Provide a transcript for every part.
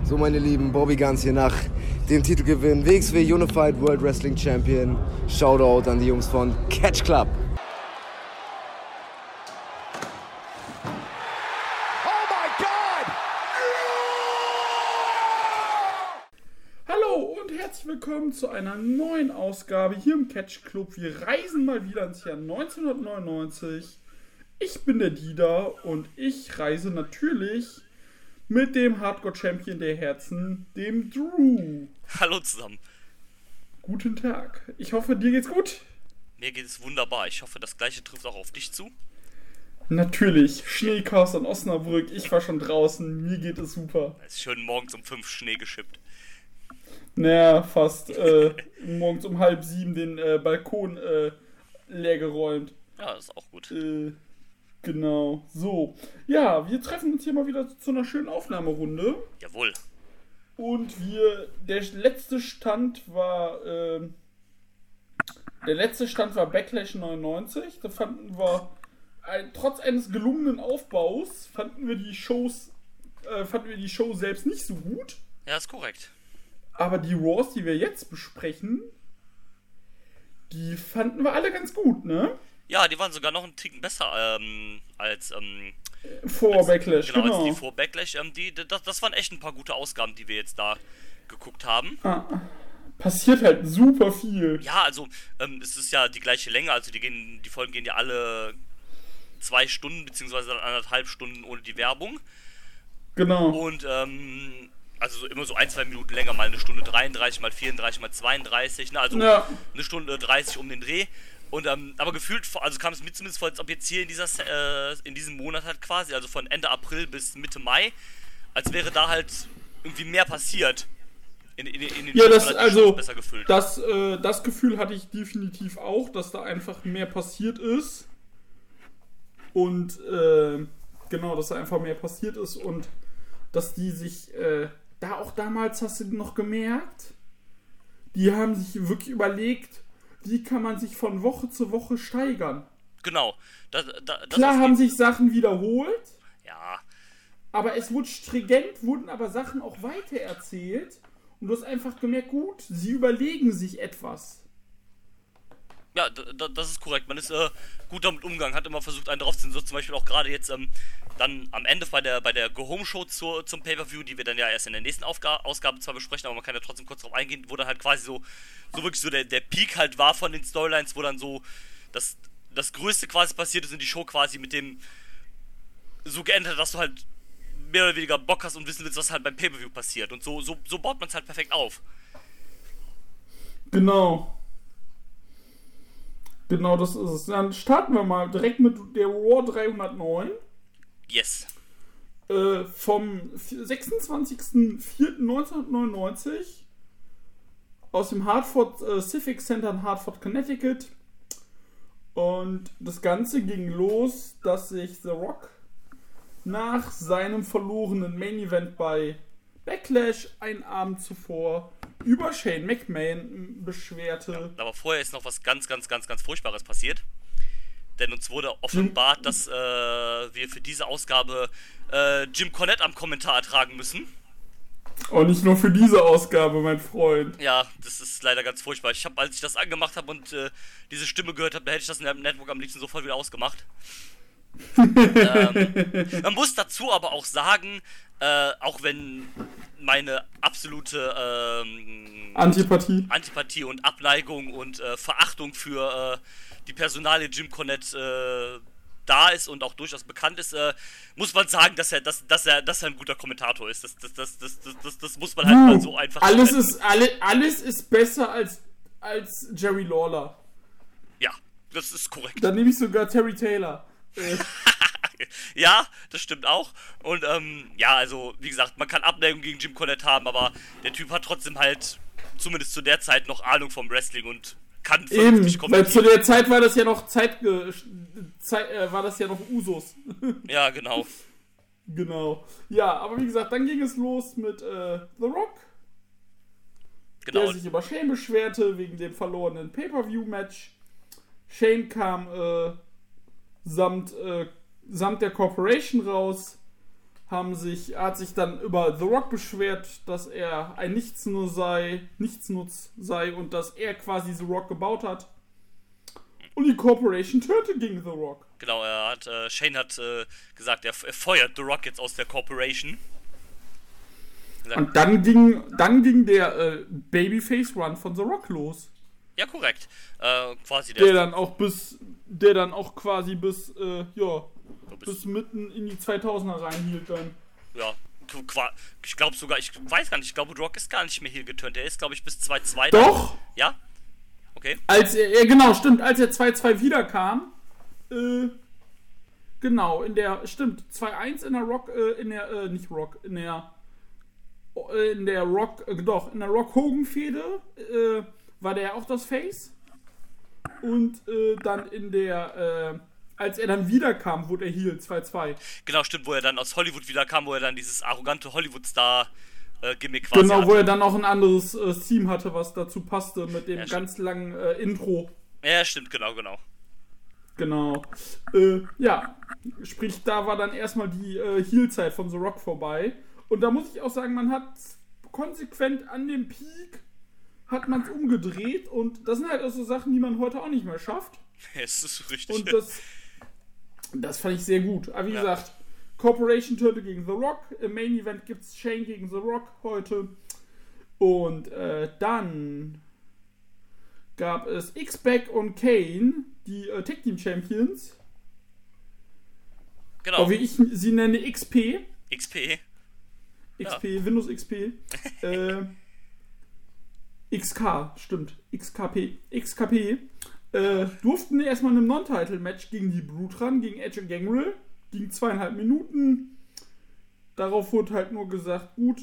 So, meine Lieben, Bobby Guns hier nach dem Titelgewinn WXW Unified World Wrestling Champion. Shoutout an die Jungs von Catch Club. Hallo und herzlich willkommen zu einer neuen Ausgabe hier im Catch Club. Wir reisen mal wieder ins Jahr 1999. Ich bin der Dida und ich reise natürlich mit dem Hardcore-Champion der Herzen, dem Drew. Hallo zusammen. Guten Tag. Ich hoffe, dir geht's gut. Mir geht es wunderbar. Ich hoffe, das Gleiche trifft auch auf dich zu. Natürlich. Schneechaos in Osnabrück. Ich war schon draußen. Mir geht es super. Es ist schön morgens um 5 Schnee geschippt. Naja, fast. Morgens um 6:30 den Balkon leer geräumt. Ja, das ist auch gut. Genau. So. Ja, wir treffen uns hier mal wieder zu einer schönen Aufnahmerunde. Jawohl. Und der letzte Stand war Backlash 99. Da fanden wir, trotz eines gelungenen Aufbaus, fanden wir die Show selbst nicht so gut. Ja, ist korrekt. Aber die Raws, die wir jetzt besprechen, die fanden wir alle ganz gut, ne? Ja, die waren sogar noch einen Ticken besser als vor Backlash, genau. Als die vor Backlash. Das waren echt ein paar gute Ausgaben, die wir jetzt da geguckt haben. Passiert halt super viel. Ja, also es ist ja die gleiche Länge, also die Folgen gehen ja alle 2 Stunden, beziehungsweise 1,5 Stunden ohne die Werbung. Genau. Und also immer so 1-2 Minuten länger, mal 1:33, mal 34, mal 32, ne? Also ja. 1:30 um den Dreh. Und aber gefühlt, also kam es mir zumindest vor, als ob jetzt hier in diesem Monat halt quasi, also von Ende April bis Mitte Mai, als wäre da halt irgendwie mehr passiert. In den ja, Shows besser gefüllt. Das Gefühl hatte ich definitiv auch, dass da einfach mehr passiert ist. Und genau, dass da einfach mehr passiert ist und dass die sich, da auch damals, hast du noch gemerkt, die haben sich wirklich überlegt, wie kann man sich von Woche zu Woche steigern. Genau. Klar haben sich Sachen wiederholt. Ja. Aber es wurde stringent, wurden aber Sachen auch weitererzählt. Und du hast einfach gemerkt, gut, sie überlegen sich etwas. Ja, das ist korrekt. Man ist gut damit umgegangen, hat immer versucht, einen draufzuziehen. So zum Beispiel auch gerade jetzt dann am Ende bei der Go-Home-Show zum Pay-Per-View, die wir dann ja erst in der nächsten Ausgabe zwar besprechen, aber man kann ja trotzdem kurz drauf eingehen, wo dann halt quasi so wirklich so der Peak halt war von den Storylines, wo dann so das Größte quasi passiert ist und die Show quasi mit dem so geendet hat, dass du halt mehr oder weniger Bock hast und wissen willst, was halt beim Pay-Per-View passiert. Und so baut man es halt perfekt auf. Genau, das ist es. Dann starten wir mal direkt mit der Raw 309. Yes. Vom 26.04.1999 aus dem Civic Center in Hartford, Connecticut. Und das Ganze ging los, dass sich The Rock nach seinem verlorenen Main Event bei Backlash einen Abend zuvor über Shane McMahon beschwerte. Ja, aber vorher ist noch was ganz, ganz, ganz, ganz Furchtbares passiert. Denn uns wurde offenbart, dass wir für diese Ausgabe Jim Cornette am Kommentar ertragen müssen. Oh, nicht nur für diese Ausgabe, mein Freund. Ja, das ist leider ganz furchtbar. Als ich das angemacht habe und diese Stimme gehört habe, hätte ich das in dem Network am liebsten sofort wieder ausgemacht. Man muss dazu aber auch sagen, auch wenn meine absolute Antipathie und Abneigung und Verachtung für die Personalie Jim Cornette da ist und auch durchaus bekannt ist, muss man sagen, dass er ein guter Kommentator ist. Das muss man halt mal so einfach alles ist besser als Jerry Lawler. Ja, das ist korrekt. Dann nehme ich sogar Terry Taylor. Ja, das stimmt auch. Und ja, also wie gesagt, man kann Abneigung gegen Jim Cornette haben, aber der Typ hat trotzdem halt, zumindest zu der Zeit, noch Ahnung vom Wrestling und kann vernünftig kommentieren. Weil zu der Zeit war das ja noch war das ja noch Usus. Ja, genau. Genau. Ja, aber wie gesagt, dann ging es los mit The Rock. Genau. Der sich über Shane beschwerte wegen dem verlorenen Pay-Per-View-Match. Shane kam samt der Corporation raus hat sich dann über The Rock beschwert, dass er ein Nichtsnutz sei und dass er quasi The Rock gebaut hat. Und die Corporation turnte gegen The Rock. Genau, Shane hat gesagt, er feuert The Rock jetzt aus der Corporation. Und dann ging der Babyface-Run von The Rock los. Ja, korrekt. Quasi der dann auch quasi bis mitten in die 2000er reinhielt dann. Ja, ich glaube sogar, ich weiß gar nicht, ich glaube, The Rock ist gar nicht mehr hier geturnt. Der ist, glaube ich, bis 2-2. Doch! Ja? Okay. Als er 2-2 wiederkam, genau, 2-1 in der Rock, in der Rock-Hogan-Fehde, war der auch das Face. Und dann als er dann wiederkam, wurde er Heel 2-2. Genau, stimmt, wo er dann aus Hollywood wiederkam, wo er dann dieses arrogante Hollywood-Star-Gimmick quasi genau, hatte. wo er dann auch ein anderes Theme hatte, was dazu passte, mit dem ganz langen Intro. Ja, stimmt, genau. Genau. Sprich, da war dann erstmal die Heel-Zeit von The Rock vorbei. Und da muss ich auch sagen, man hat konsequent an dem Peak hat man es umgedreht und das sind halt auch so Sachen, die man heute auch nicht mehr schafft. Ja, es ist richtig. Und das fand ich sehr gut. Aber wie gesagt, Corporation turnte gegen The Rock. Im Main Event gibt es Shane gegen The Rock heute. Und dann gab es X-Pac und Kane, die Tag Team Champions. Genau. Wie ich sie nenne, XP. XP, Windows XP. XK, stimmt. XKP. Durften erstmal in einem Non-Title-Match gegen die Brute ran, gegen Edge und Gangrel. Ging 2,5 Minuten. Darauf wurde halt nur gesagt, gut,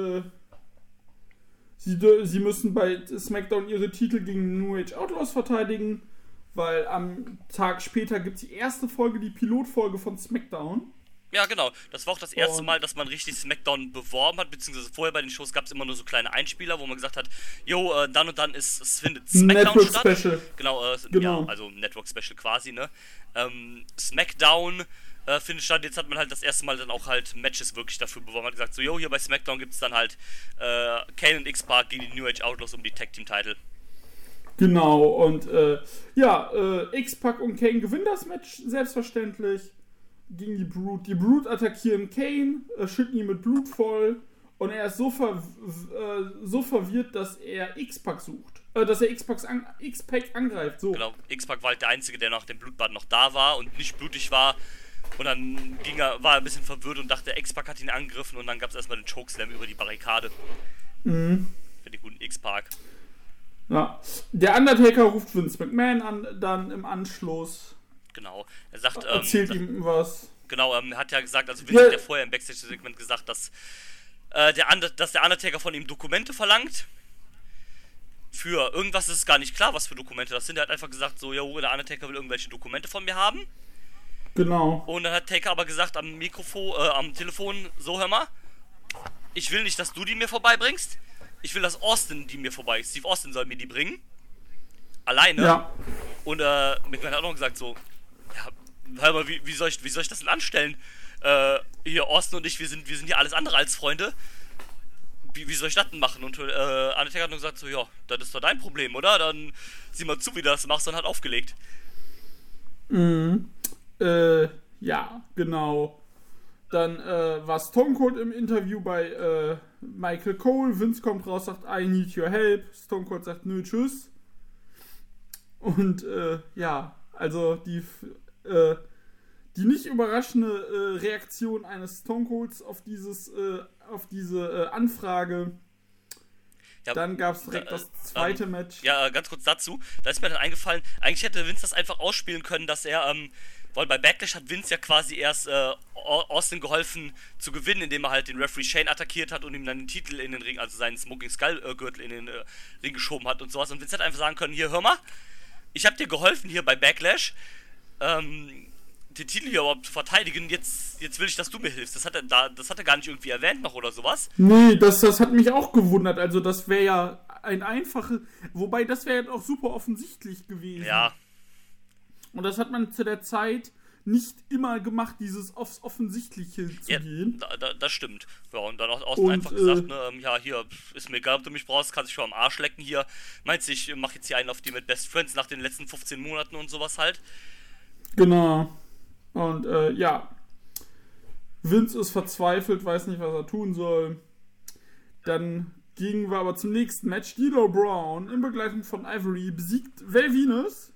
sie müssen bei SmackDown ihre Titel gegen New Age Outlaws verteidigen, weil am Tag später gibt es die erste Folge, die Pilotfolge von SmackDown. Ja, genau. Das war auch das erste Mal, dass man richtig SmackDown beworben hat, beziehungsweise vorher bei den Shows gab es immer nur so kleine Einspieler, wo man gesagt hat, dann und dann findet SmackDown Network statt. Special. Genau. Ja, also Network Special quasi, ne? SmackDown findet statt. Jetzt hat man halt das erste Mal dann auch halt Matches wirklich dafür beworben. Man hat gesagt, so, hier bei SmackDown gibt es dann halt Kane und X-Pac gegen die New Age Outlaws um die Tag Team Title. Genau, und X-Pac und Kane gewinnen das Match, selbstverständlich. Gegen die Brute. Die Brute attackieren Kane, schütten ihn mit Blut voll und er ist so verwirrt, dass er X-Pac sucht. Dass er X-Pac angreift. So. Genau, X-Pac war halt der Einzige, der nach dem Blutbad noch da war und nicht blutig war. Und dann war er ein bisschen verwirrt und dachte, X-Pac hat ihn angegriffen und dann gab es erstmal den Chokeslam über die Barrikade. Mhm. Für den guten X-Pac. Ja. Der Undertaker ruft Vince McMahon an, dann im Anschluss. Genau, er sagt, erzählt ihm was. Genau, er hat ja gesagt, also Vince hat ja vorher im Backstage-Segment gesagt, dass der Undertaker von ihm Dokumente verlangt. Für irgendwas ist es gar nicht klar, was für Dokumente das sind. Er hat einfach gesagt, so, der Undertaker will irgendwelche Dokumente von mir haben. Genau. Und dann hat Taker aber gesagt am Telefon, so, hör mal, ich will nicht, dass du die mir vorbeibringst. Ich will, dass Steve Austin soll mir die bringen. Alleine. Ja. Und McMahon hat auch noch gesagt, so, ja, hör mal, wie soll ich das denn anstellen? Hier, Austin und ich, wir sind hier alles andere als Freunde. Wie soll ich das denn machen? Und Undertaker hat nur gesagt, so, ja, das ist doch dein Problem, oder? Dann sieh mal zu, wie du das machst, und hat aufgelegt. Ja, genau. Dann war Stone Cold im Interview bei Michael Cole. Vince kommt raus, sagt, I need your help. Stone Cold sagt, nö, tschüss. Und also die nicht überraschende Reaktion eines Stone Colds auf diese Anfrage. Ja, dann gab es direkt das zweite Match. Ja, ganz kurz dazu. Da ist mir dann eingefallen, eigentlich hätte Vince das einfach ausspielen können, dass er, weil bei Backlash hat Vince ja quasi erst Austin geholfen zu gewinnen, indem er halt den Referee Shane attackiert hat und ihm dann den Titel in den Ring, also seinen Smoking Skull Gürtel in den Ring geschoben hat und sowas. Und Vince hätte einfach sagen können, hier, hör mal, ich hab dir geholfen hier bei Backlash, den Titel hier überhaupt zu verteidigen, jetzt will ich, dass du mir hilfst. Das hat er gar nicht irgendwie erwähnt noch oder sowas. Nee, das hat mich auch gewundert. Also das wäre ja ein einfaches, wobei das wäre ja auch super offensichtlich gewesen. Ja. Und das hat man zu der Zeit nicht immer gemacht, dieses aufs Offensichtliche zu gehen. Das stimmt. Ja, und dann auch einfach gesagt, ne, ja, hier, ist mir egal, ob du mich brauchst, kannst dich schon am Arsch lecken hier. Meinst du, ich mach jetzt hier einen auf die mit Best Friends nach den letzten 15 Monaten und sowas halt? Genau. Und, ja. Vince ist verzweifelt, weiß nicht, was er tun soll. Dann gingen wir aber zum nächsten Match. D'Lo Brown in Begleitung von Ivory besiegt Val Venis.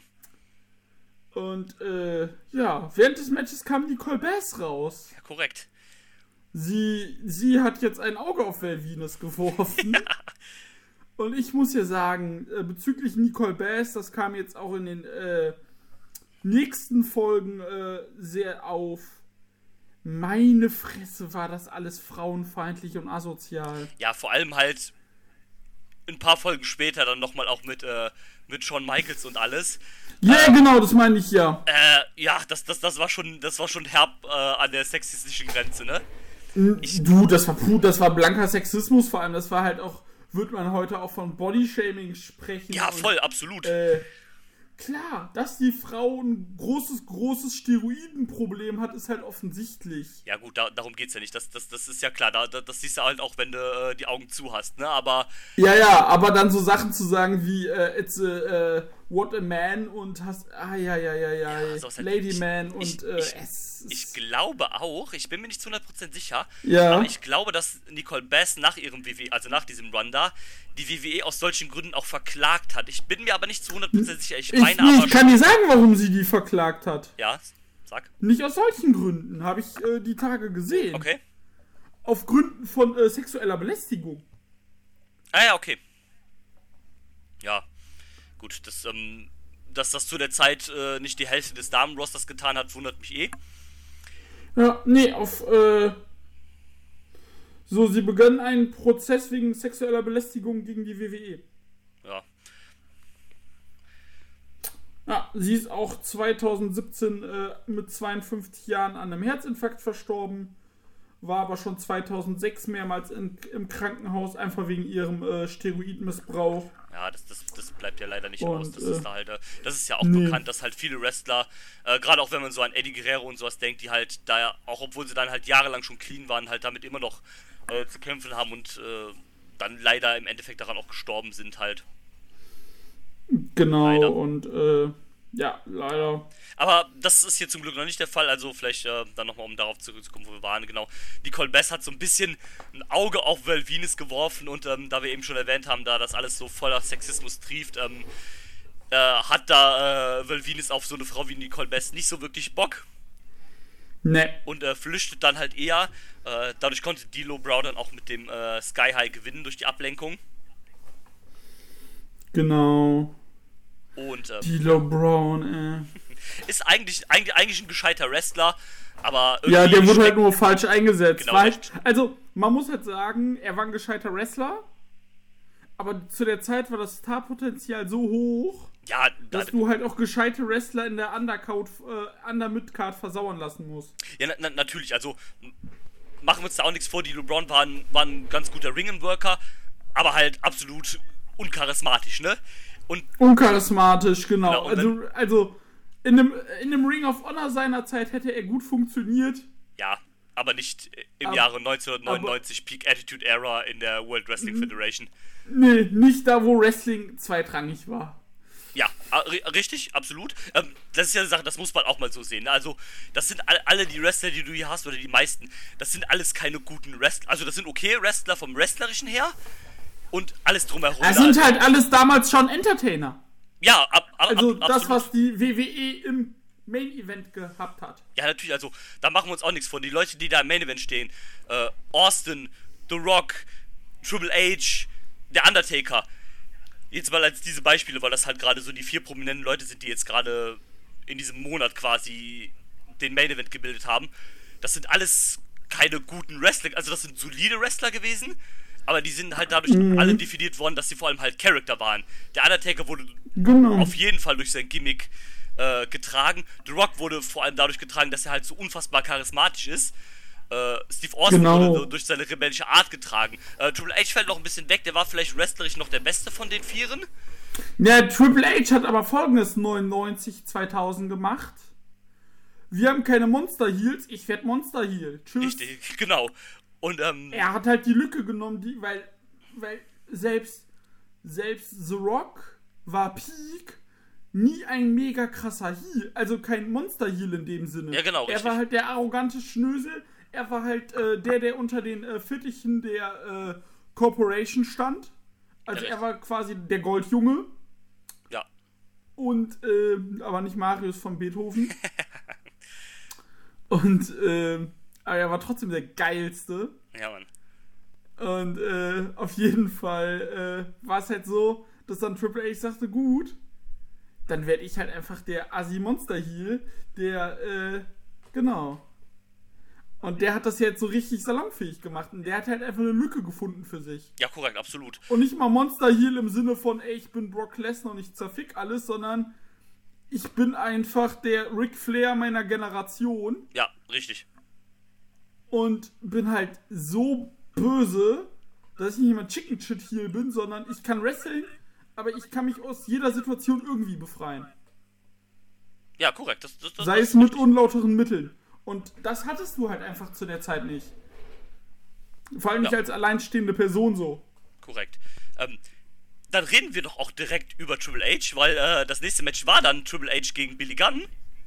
Und, ja, während des Matches kam Nicole Bass raus. Ja, korrekt. Sie hat jetzt ein Auge auf Val Venis geworfen. Ja. Und ich muss ja sagen, bezüglich Nicole Bass, das kam jetzt auch in den nächsten Folgen sehr auf. Meine Fresse, war das alles frauenfeindlich und asozial. Ja, vor allem halt ein paar Folgen später dann nochmal auch mit Shawn Michaels und alles. Ja, genau, das meine ich ja. Ja, das war schon herb an der sexistischen Grenze, ne? Das war blanker Sexismus, vor allem, das war halt auch, wird man heute auch von Bodyshaming sprechen. Ja, voll, absolut. Klar, dass die Frau ein großes Steroidenproblem hat, ist halt offensichtlich. Ja gut, darum geht's ja nicht. Das ist ja klar. Das siehst du halt auch, wenn du die Augen zu hast, ne? Aber... Ja, aber dann so Sachen zu sagen wie it's what a man und hast... Lady Man und ich glaube auch, ich bin mir nicht zu 100% sicher, ja. Aber ich glaube, dass Nicole Bass nach ihrem WWE, also nach diesem Run da, die WWE aus solchen Gründen auch verklagt hat. Ich bin mir aber nicht zu 100% sicher. Ich kann dir sagen, warum sie die verklagt hat. Ja, sag. Nicht aus solchen Gründen, habe ich die Tage gesehen. Okay. Auf Gründen von sexueller Belästigung. Ah ja, okay. Ja, gut, dass das zu der Zeit nicht die Hälfte des Damenrosters getan hat, wundert mich eh. Ja, nee, sie begannen einen Prozess wegen sexueller Belästigung gegen die WWE. Ja. Ja, sie ist auch 2017 mit 52 Jahren an einem Herzinfarkt verstorben, war aber schon 2006 mehrmals im Krankenhaus, einfach wegen ihrem Steroidmissbrauch. Ja, das bleibt ja leider nicht aus. Das ist ja auch bekannt, dass halt viele Wrestler, gerade auch wenn man so an Eddie Guerrero und sowas denkt, die halt da, auch obwohl sie dann halt jahrelang schon clean waren, halt damit immer noch zu kämpfen haben und dann leider im Endeffekt daran auch gestorben sind halt. Genau, leider. Und ja, leider. Aber das ist hier zum Glück noch nicht der Fall, also vielleicht dann nochmal, um darauf zurückzukommen, wo wir waren, genau. Nicole Bass hat so ein bisschen ein Auge auf Val Venis geworfen und da wir eben schon erwähnt haben, da das alles so voller Sexismus trieft, hat da Val Venis auf so eine Frau wie Nicole Bass nicht so wirklich Bock. Ne. Und flüchtet dann halt eher. Dadurch konnte D'Lo Brown dann auch mit dem Sky High gewinnen durch die Ablenkung. Genau. Und D'Lo Brown, ist eigentlich ein gescheiter Wrestler, aber irgendwie... Ja, der wurde halt nur falsch eingesetzt. Genau, also, man muss halt sagen, er war ein gescheiter Wrestler, aber zu der Zeit war das Starpotenzial so hoch, ja, dass du halt auch gescheite Wrestler in der Under-Mid-Card versauern lassen musst. Ja, natürlich, also machen wir uns da auch nichts vor, D'Lo Brown war ein ganz guter Ring-Worker, aber halt absolut uncharismatisch, ne? Uncharismatisch, genau. Dann, also in einem Ring of Honor seiner Zeit hätte er gut funktioniert. Ja, aber nicht im Jahre 1999 Peak Attitude Era in der World Wrestling Federation. Nee, nicht da, wo Wrestling zweitrangig war. Ja, richtig, absolut. Das ist ja eine Sache, das muss man auch mal so sehen. Also, das sind alle die Wrestler, die du hier hast, oder die meisten, das sind alles keine guten Wrestler. Also, das sind okay Wrestler vom Wrestlerischen her und alles drumherum. Das sind halt alles damals schon Entertainer. Ja, also das, absolut. Was die WWE im Main Event gehabt hat. Ja, natürlich, also, da machen wir uns auch nichts von. Die Leute, die da im Main Event stehen, Austin, The Rock, Triple H, der Undertaker, jetzt mal als diese Beispiele, weil das halt gerade so die 4 prominenten Leute sind, die jetzt gerade in diesem Monat quasi den Main Event gebildet haben. Das sind alles keine guten Wrestler, also das sind solide Wrestler gewesen, aber die sind halt dadurch alle definiert worden, dass sie vor allem halt Charakter waren. Der Undertaker wurde auf jeden Fall durch sein Gimmick getragen. The Rock wurde vor allem dadurch getragen, dass er halt so unfassbar charismatisch ist. Steve Austin wurde durch seine rebellische Art getragen. Triple H fällt noch ein bisschen weg, der war vielleicht wrestlerisch noch der Beste von den Vieren. Ja, Triple H hat aber folgendes 99, 2000 gemacht. wir haben keine Monster Heels, ich werd Monster Heel. Tschüss. Richtig, genau. Und er hat halt die Lücke genommen, weil selbst The Rock war Peak nie ein mega krasser Heel, also kein Monster Heel in dem Sinne. Ja, genau, richtig. Er war halt der arrogante Schnösel, er war halt der unter den Fittichen der Corporation stand. Also er war quasi der Goldjunge. Ja. Und, aber nicht Marius von Beethoven. Und, aber er war trotzdem der Geilste. Ja, Mann. Und, auf jeden Fall, war es halt so, dass dann Triple H sagte, gut, dann werde ich halt einfach der Assi-Monster-Heel, der, genau. Und der hat das jetzt so richtig salonfähig gemacht. Und der hat halt einfach eine Lücke gefunden für sich. Ja, korrekt, absolut. Und nicht mal Monster-Heel im Sinne von, ey, ich bin Brock Lesnar und ich zerfick alles, sondern ich bin einfach der Ric Flair meiner Generation. Ja, richtig. Und bin halt so böse, dass ich nicht mal Chicken Shit Heel bin, sondern ich kann wresteln, aber ich kann mich aus jeder Situation irgendwie befreien. Ja, korrekt. Sei es mit unlauteren Mitteln. Und das hattest du halt einfach zu der Zeit nicht. Vor allem nicht als alleinstehende Person so. Korrekt. Dann reden wir doch auch direkt über Triple H, weil das nächste Match war dann Triple H gegen Billy Gunn.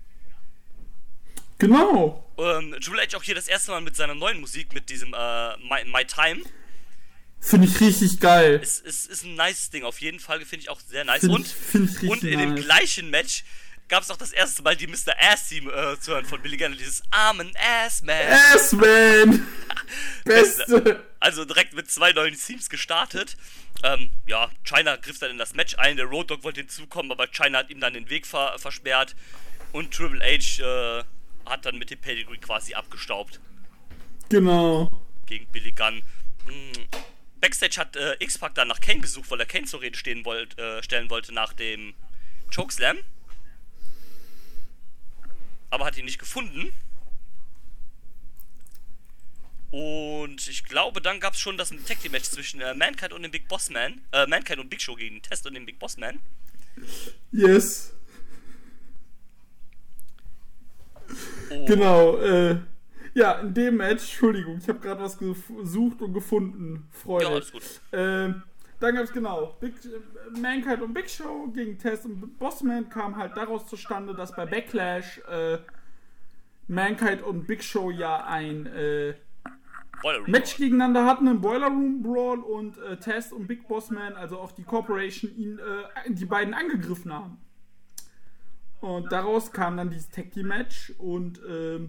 Genau. Triple H auch hier das erste Mal mit seiner neuen Musik, mit diesem My Time. Finde ich richtig geil. Es ist ein nice Ding, auf jeden Fall, finde ich auch sehr nice. Find ich Und in dem gleichen Match gab es auch das erste Mal die Mr. Ass-Team zu hören von Billy Gunn, dieses I'm an Ass-Man. Ass-Man! Beste! Also direkt mit 2 neuen Themes gestartet. Ja, Chyna griff dann in das Match ein, der Road Dogg wollte hinzukommen, aber Chyna hat ihm dann den Weg versperrt. Und Triple H hat dann mit dem Pedigree quasi abgestaubt. Genau. Gegen Billy Gunn. Backstage hat X-Pac dann nach Kane gesucht, weil er Kane zur Rede stellen wollte nach dem Chokeslam. Aber hat ihn nicht gefunden. Und ich glaube, dann gab es schon das Tag Team Match zwischen Mankind und dem Big Boss Man. Mankind und Big Show gegen Test und den Big Boss Man. Yes. Genau, ja, in dem Match, Entschuldigung, ich habe gerade was gesucht und gefunden, Freunde. Ja, alles gut. Dann gab es genau Mankind und Big Show gegen Test und Bossman, kam halt daraus zustande, dass bei Backlash Mankind und Big Show ja ein Match gegeneinander hatten, einen Boiler Room Brawl, und Test und Big Boss Man, also auch die Corporation, die beiden angegriffen haben. Und daraus kam dann dieses Tag Team Match und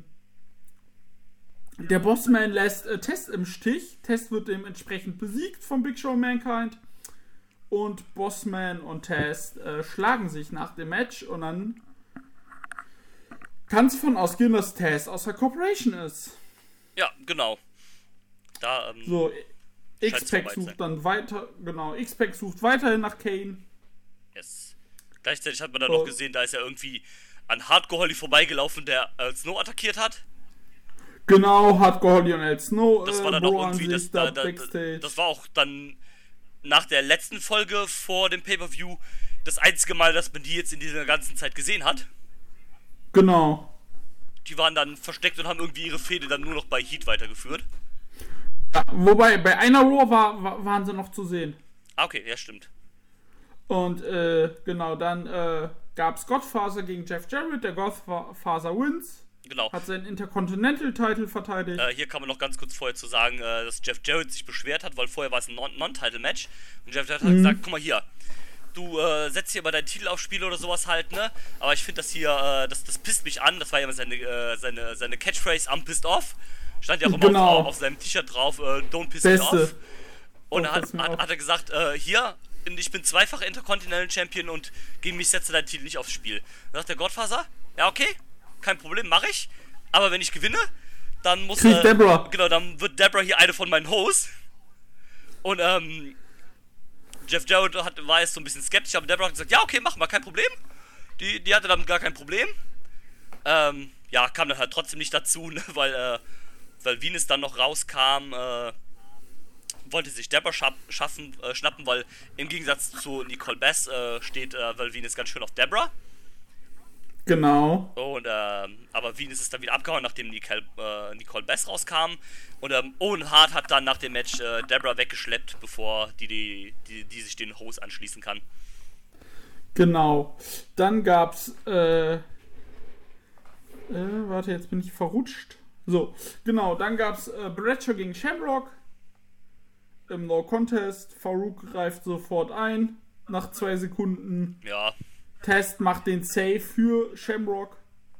der Bossman lässt Test im Stich. Test wird dementsprechend besiegt von Big Show und Mankind. Und Bossman und Test schlagen sich nach dem Match. Und dann kann es von ausgehen, dass Test aus der Corporation ist. Ja, genau. Da, so, X-Pac sucht dann weiter. Genau, X-Pac sucht weiterhin nach Kane. Yes. Gleichzeitig hat man dann noch gesehen, da ist ja irgendwie an Hardcore Holly vorbeigelaufen, der Snow attackiert hat. Genau, Hardcore Holly und El Snow. Das war dann auch irgendwie, das war auch dann nach der letzten Folge vor dem Pay-Per-View das einzige Mal, dass man die jetzt in dieser ganzen Zeit gesehen hat. Genau. Die waren dann versteckt und haben irgendwie ihre Fehde dann nur noch bei Heat weitergeführt. Ja, wobei, bei einer Raw waren sie noch zu sehen. Ah, okay, ja, stimmt. Und, genau, dann gab's Godfather gegen Jeff Jarrett, der Godfather wins. Genau. Hat seinen Intercontinental-Title verteidigt. Hier kann man noch ganz kurz vorher zu sagen, dass Jeff Jarrett sich beschwert hat, weil vorher war es ein Non-Title-Match. Und Jeff Jarrett hat gesagt, guck mal hier, du setzt hier mal deinen Titel aufs Spiel oder sowas halt, ne? Aber ich finde das hier, das pisst mich an. Das war ja immer seine Catchphrase, I'm pissed off. Stand ja auch immer auf seinem T-Shirt drauf, don't piss me off. Und dann hat er gesagt, hier, ich bin zweifacher Intercontinental Champion und gegen mich setze dein Titel nicht aufs Spiel. Dann sagt der Godfather, ja okay, kein Problem, mache ich. Aber wenn ich gewinne, dann muss Deborah. Genau, dann wird Deborah hier eine von meinen Hoes. Und Jeff Jarrett war jetzt so ein bisschen skeptisch, aber Deborah hat gesagt, ja okay, mach mal, kein Problem. Die hatte dann gar kein Problem. Ja, kam dann halt trotzdem nicht dazu, ne, weil Venus dann noch rauskam, wollte sich Deborah schnappen, weil im Gegensatz zu Nicole Bass steht Val Venus ganz schön auf Deborah. Genau. Und, aber Venus ist dann wieder abgehauen, nachdem Nicole Bass rauskam. Und Owen Hart hat dann nach dem Match Deborah weggeschleppt, bevor die sich den Host anschließen kann. Genau. Dann gab's, warte, jetzt bin ich verrutscht. So, genau, dann gab's Bradshaw gegen Shamrock im No Contest. Farouk greift sofort ein, nach 2 Sekunden. Ja. Test macht den Save für Shamrock.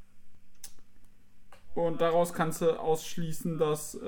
Und daraus kannst du ausschließen, dass,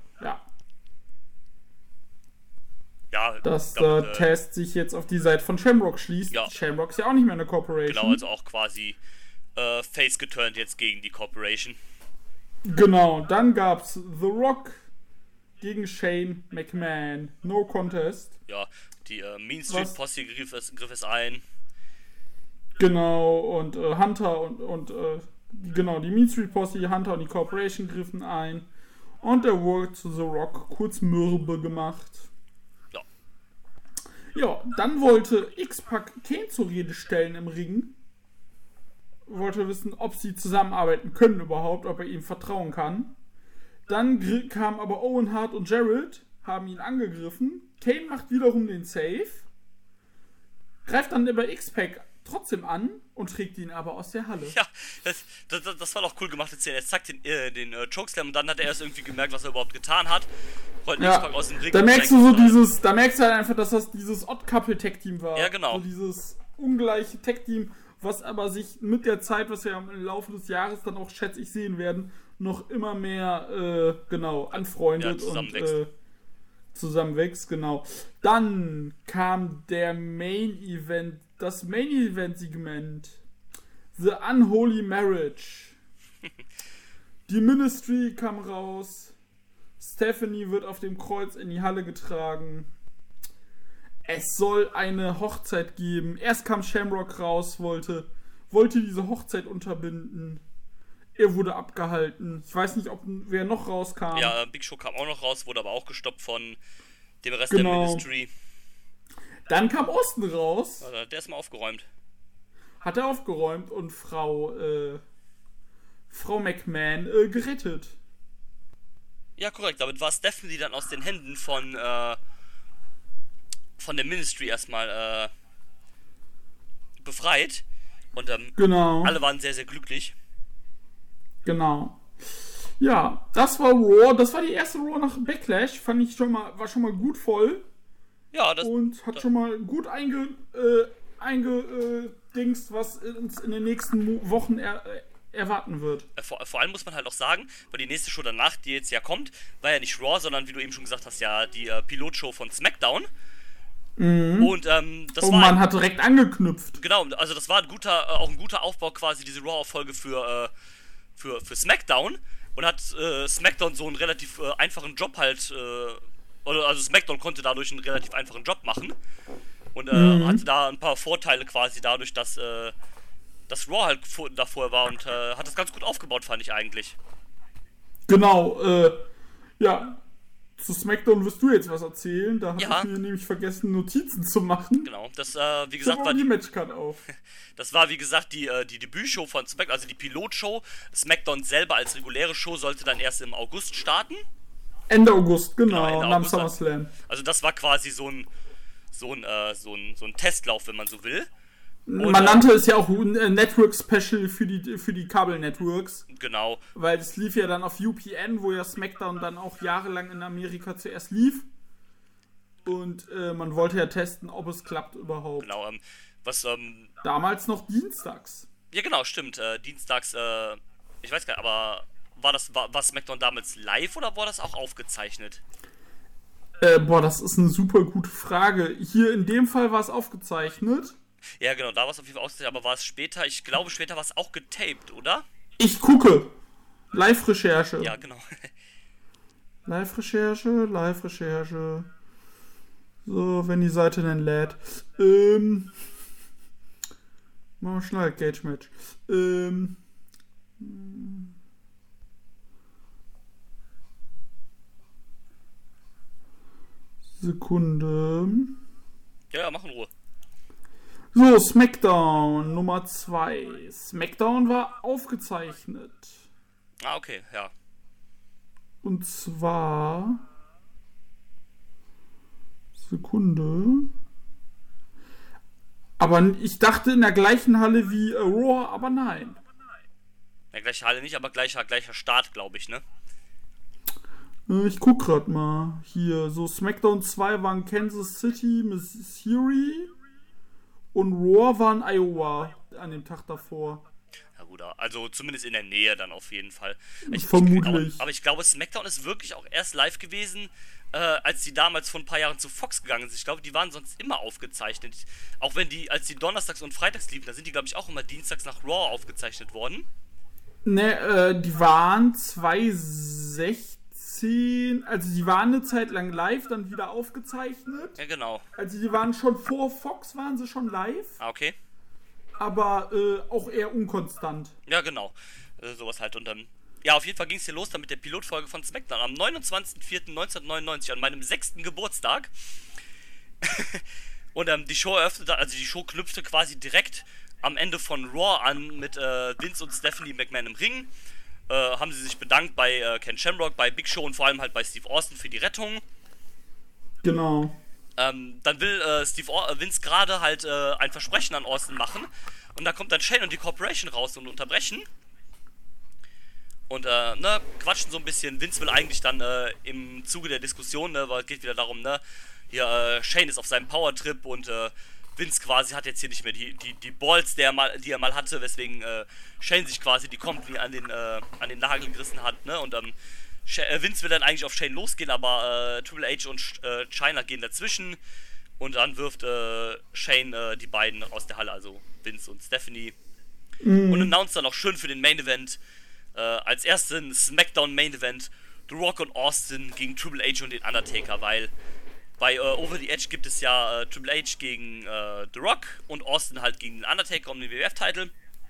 dass Test sich jetzt auf die Seite von Shamrock schließt. Ja. Shamrock ist ja auch nicht mehr eine Corporation. Genau, also auch quasi face geturnt jetzt gegen die Corporation. Genau, dann gab's The Rock gegen Shane McMahon. No Contest. Ja, die Mean Street Posse griff es ein. Genau, und Hunter und genau, die Mean Street Posse, Hunter und die Corporation griffen ein. Und der wurde zu The Rock kurz mürbe gemacht. Ja. Ja, dann wollte X-Pac Kane zur Rede stellen im Ring. Wollte wissen, ob sie zusammenarbeiten können überhaupt, ob er ihm vertrauen kann. Dann kam aber Owen Hart und Jarrett, haben ihn angegriffen. Kane macht wiederum den Save. Greift dann über X-Pac trotzdem an und trägt ihn aber aus der Halle. Ja, das war doch cool gemacht. Er zeigt den Chokeslam und dann hat er erst irgendwie gemerkt, was er überhaupt getan hat. Rollt X-Pac aus dem Ring. Da merkst du so da merkst du halt einfach, dass das dieses Odd-Couple-Tag-Team war. Ja, genau. So dieses ungleiche Tag-Team, was aber sich mit der Zeit, was wir im Laufe des Jahres dann auch, schätze ich, sehen werden, noch immer mehr, anfreundet zusammenwächst. und zusammenwächst, genau. Dann kam der das Main-Event-Segment. The Unholy Marriage. Die Ministry kam raus. Stephanie wird auf dem Kreuz in die Halle getragen. Es soll eine Hochzeit geben. Erst kam Shamrock raus, wollte diese Hochzeit unterbinden. Er wurde abgehalten. Ich weiß nicht, wer noch rauskam. Ja, Big Show kam auch noch raus, wurde aber auch gestoppt von dem Rest der Ministry. Dann kam Austin raus. Also, der ist mal aufgeräumt. Hat er aufgeräumt und Frau McMahon gerettet. Ja, korrekt. Damit war Stephanie dann aus den Händen von der Ministry erstmal befreit. Und genau. Alle waren sehr, sehr glücklich. Genau. Ja, das war Raw. Das war die erste Raw nach Backlash. Fand ich war schon mal gut voll. Ja, und hat schon mal gut eingedingst, was uns in den nächsten Wochen erwarten wird. Vor allem muss man halt auch sagen, weil die nächste Show danach, die jetzt ja kommt, war ja nicht Raw, sondern wie du eben schon gesagt hast, ja die Pilotshow von SmackDown. Mhm. Und man hat direkt angeknüpft. Genau, also das war auch ein guter Aufbau quasi, diese Raw-Folge für SmackDown. Und hat SmackDown so einen relativ einfachen Job halt, also SmackDown konnte dadurch einen relativ einfachen Job machen. Und hatte da ein paar Vorteile quasi dadurch, dass das Raw halt davor war und hat das ganz gut aufgebaut, fand ich eigentlich. Genau, ja. Zu SmackDown wirst du jetzt was erzählen. Da habe ich mir nämlich vergessen, Notizen zu machen. Genau, das wie gesagt war die Matchcard auf. Das war wie gesagt die Debütshow von SmackDown, also die Pilotshow. SmackDown selber als reguläre Show sollte dann erst im August starten. Ende August, genau Ende nach August SummerSlam. Also das war quasi so ein Testlauf, wenn man so will. Man nannte es ja auch Network Special für die Kabel-Networks. Genau. Weil es lief ja dann auf UPN, wo ja SmackDown dann auch jahrelang in Amerika zuerst lief. Und man wollte ja testen, ob es klappt überhaupt. Genau, damals noch dienstags. Ja genau, stimmt. Dienstags, ich weiß gar nicht, aber war SmackDown damals live oder war das auch aufgezeichnet? Das ist eine super gute Frage. Hier in dem Fall war es aufgezeichnet. Ja, genau, da war es auf jeden Fall ausgezeichnet, aber war es später, ich glaube später war es auch getaped, oder? Ich gucke. Live-Recherche. Ja, genau. Live-Recherche. So, wenn die Seite dann lädt. Machen wir schnell Cage-Match. Sekunde. Ja, mach in Ruhe. So, SmackDown Nummer 2. SmackDown war aufgezeichnet. Ah, okay, ja. Und zwar... Sekunde. Aber ich dachte in der gleichen Halle wie Raw, aber nein. Ja, gleiche Halle nicht, aber gleicher Start, glaube ich, ne? Ich guck grad mal. Hier, so SmackDown 2 waren Kansas City, Missouri und Raw waren Iowa an dem Tag davor. Ja gut, also zumindest in der Nähe dann auf jeden Fall. Vermutlich. Aber ich glaube, SmackDown ist wirklich auch erst live gewesen, als die damals vor ein paar Jahren zu Fox gegangen sind. Ich glaube, die waren sonst immer aufgezeichnet. Auch wenn als die donnerstags und freitags liefen, da sind die, glaube ich, auch immer dienstags nach Raw aufgezeichnet worden. Ne, die waren 2016, also die waren eine Zeit lang live, dann wieder aufgezeichnet. Ja, genau. Also die waren schon vor Fox, waren sie schon live. Ah, okay. Aber auch eher unkonstant. Ja, genau. Sowas halt. Und ja, auf jeden Fall ging es hier los dann mit der Pilotfolge von SmackDown am 29.04.1999, an meinem 6. Geburtstag. Und die Show eröffnete, also die Show knüpfte quasi direkt am Ende von Raw an mit Vince und Stephanie McMahon im Ring. Haben sie sich bedankt bei Ken Shamrock, bei Big Show und vor allem halt bei Steve Austin für die Rettung. Genau. Dann will Vince gerade halt ein Versprechen an Austin machen. Und da kommt dann Shane und die Corporation raus und unterbrechen. Und quatschen so ein bisschen. Vince will eigentlich dann im Zuge der Diskussion, weil es geht wieder darum, hier Shane ist auf seinem Powertrip und Vince quasi hat jetzt hier nicht mehr die Balls, die er mal hatte, weswegen Shane sich quasi die Company an den Nagel gerissen hat, ne? Und Vince will dann eigentlich auf Shane losgehen, aber Triple H und Chyna gehen dazwischen und dann wirft Shane die beiden aus der Halle, also Vince und Stephanie. Und announced dann auch schön für den Main Event als ersten SmackDown Main Event The Rock und Austin gegen Triple H und den Undertaker, weil bei Over the Edge gibt es ja Triple H gegen The Rock und Austin halt gegen den Undertaker um den WWF-Titel.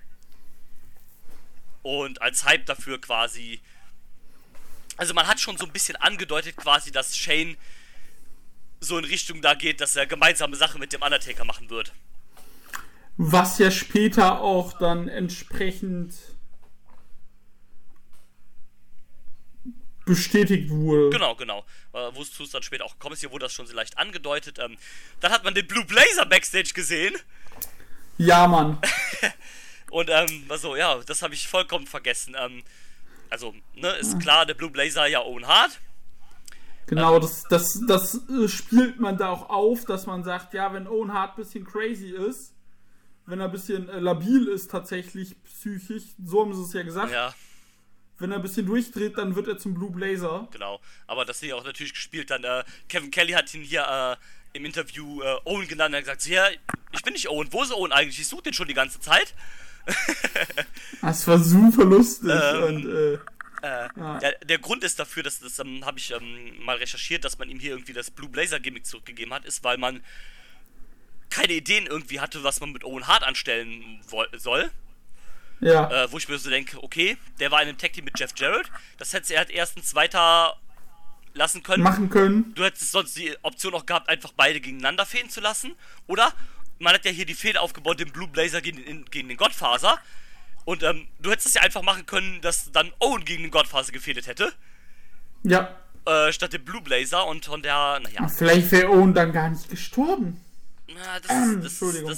Und als Hype dafür quasi, also man hat schon so ein bisschen angedeutet quasi, dass Shane so in Richtung da geht, dass er gemeinsame Sache mit dem Undertaker machen wird. Was ja später auch dann entsprechend bestätigt wurde. Genau. Wozu es dann später auch gekommen ist, hier wurde das schon so leicht angedeutet. Dann hat man den Blue Blazer Backstage gesehen. Ja, Mann. Und also, ja, das habe ich vollkommen vergessen. Also, ist klar, der Blue Blazer ja Owen Hart. Genau, das spielt man da auch auf, dass man sagt, ja, wenn Owen Hart ein bisschen crazy ist, wenn er ein bisschen labil ist tatsächlich psychisch, so haben sie es ja gesagt. Ja. Wenn er ein bisschen durchdreht, dann wird er zum Blue Blazer. Genau, aber das ist ja auch natürlich gespielt. Dann Kevin Kelly hat ihn hier im Interview Owen genannt und hat gesagt, ja, ich bin nicht Owen, wo ist Owen eigentlich? Ich suche den schon die ganze Zeit. Das war super lustig. Ja, der Grund ist dafür, das habe ich mal recherchiert, dass man ihm hier irgendwie das Blue Blazer Gimmick zurückgegeben hat, ist, weil man keine Ideen irgendwie hatte, was man mit Owen Hart anstellen soll. Ja. Wo ich mir so denke, okay, der war in einem Tag Team mit Jeff Jarrett, das hätte er erstens weiter lassen können. Machen können. Du hättest sonst die Option auch gehabt, einfach beide gegeneinander fehlen zu lassen. Oder man hat ja hier die Fehde aufgebaut, den Blue Blazer gegen den Godfather. Und du hättest es ja einfach machen können, dass dann Owen gegen den Godfather gefädet hätte. Ja. Statt dem Blue Blazer und von der, naja. Vielleicht wäre Owen dann gar nicht gestorben. Ja, das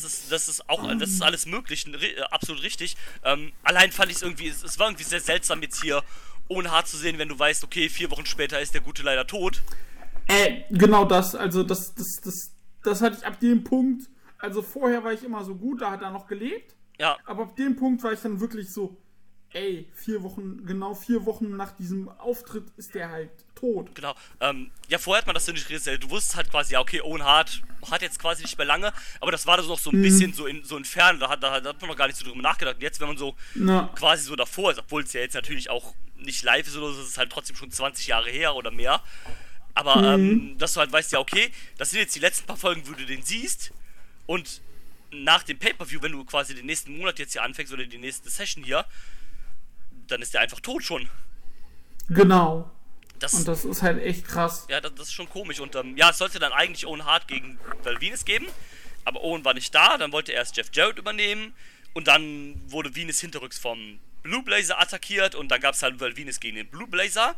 ist alles möglich, absolut richtig. Allein fand ich es war irgendwie sehr seltsam jetzt hier Owen Hart zu sehen, wenn du weißt, okay, 4 Wochen später ist der Gute leider tot. Genau das, also das hatte ich ab dem Punkt, also vorher war ich immer so gut, da hat er noch gelebt. Ja. Aber ab dem Punkt war ich dann wirklich so, 4 Wochen nach diesem Auftritt ist der halt tot. Genau. Ja, vorher hat man das so nicht realisiert. Du wusstest halt quasi, ja, okay, Owen Hart hat jetzt quasi nicht mehr lange, aber das war noch so ein bisschen so in Ferne, da hat man noch gar nicht so drüber nachgedacht. Und jetzt, wenn man so quasi so davor ist, obwohl es ja jetzt natürlich auch nicht live ist oder so, ist es halt trotzdem schon 20 Jahre her oder mehr. Aber, dass du halt weißt, ja, okay, das sind jetzt die letzten paar Folgen, wo du den siehst und nach dem Pay-Per-View, wenn du quasi den nächsten Monat jetzt hier anfängst oder die nächste Session hier, dann ist der einfach tot schon. Genau. Und das ist halt echt krass. Ja, das ist schon komisch. Und ja, es sollte dann eigentlich Owen Hart gegen Val Venis geben. Aber Owen war nicht da, dann wollte erst Jeff Jarrett übernehmen. Und dann wurde Venus hinterrücks vom Blue Blazer attackiert. Und dann gab es halt Venus gegen den Blue Blazer.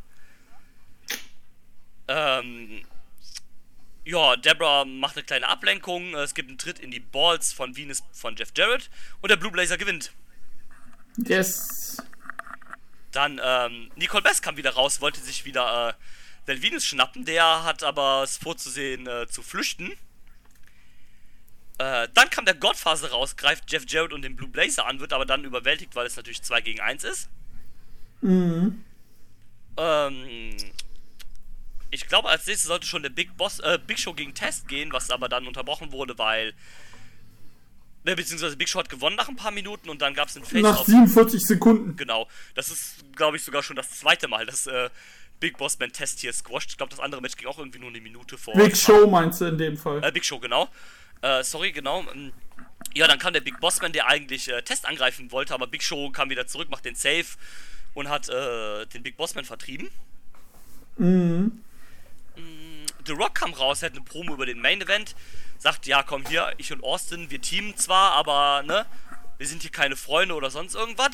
Ja, Deborah macht eine kleine Ablenkung. Es gibt einen Tritt in die Balls von Venus von Jeff Jarrett. Und der Blue Blazer gewinnt. Yes. Dann, Nicole Best kam wieder raus, wollte sich wieder Val Venus schnappen. Der hat aber es vorzusehen, zu flüchten. Dann kam der Godfather raus, greift Jeff Jarrett und den Blue Blazer an, wird aber dann überwältigt, weil es natürlich 2 gegen 1 ist. Mhm. Ich glaube, als nächstes sollte schon der Big Show gegen Test gehen, was aber dann unterbrochen wurde, weil... beziehungsweise Big Show hat gewonnen nach ein paar Minuten und dann gab es einen Face-Off. Nach 47 Sekunden. Genau. Das ist, glaube ich, sogar schon das zweite Mal, dass Big Boss Man Test hier squasht. Ich glaube, das andere Match ging auch irgendwie nur eine Minute vor. Big Show meinst du in dem Fall? Big Show, genau. Sorry, genau. Ja, dann kam der Big Boss Man, der eigentlich Test angreifen wollte, aber Big Show kam wieder zurück, macht den Save und hat den Big Boss Man vertrieben. Mhm. The Rock kam raus, er hat eine Promo über den Main Event, sagt, ja komm hier, ich und Austin, wir teamen zwar, aber ne, wir sind hier keine Freunde oder sonst irgendwas.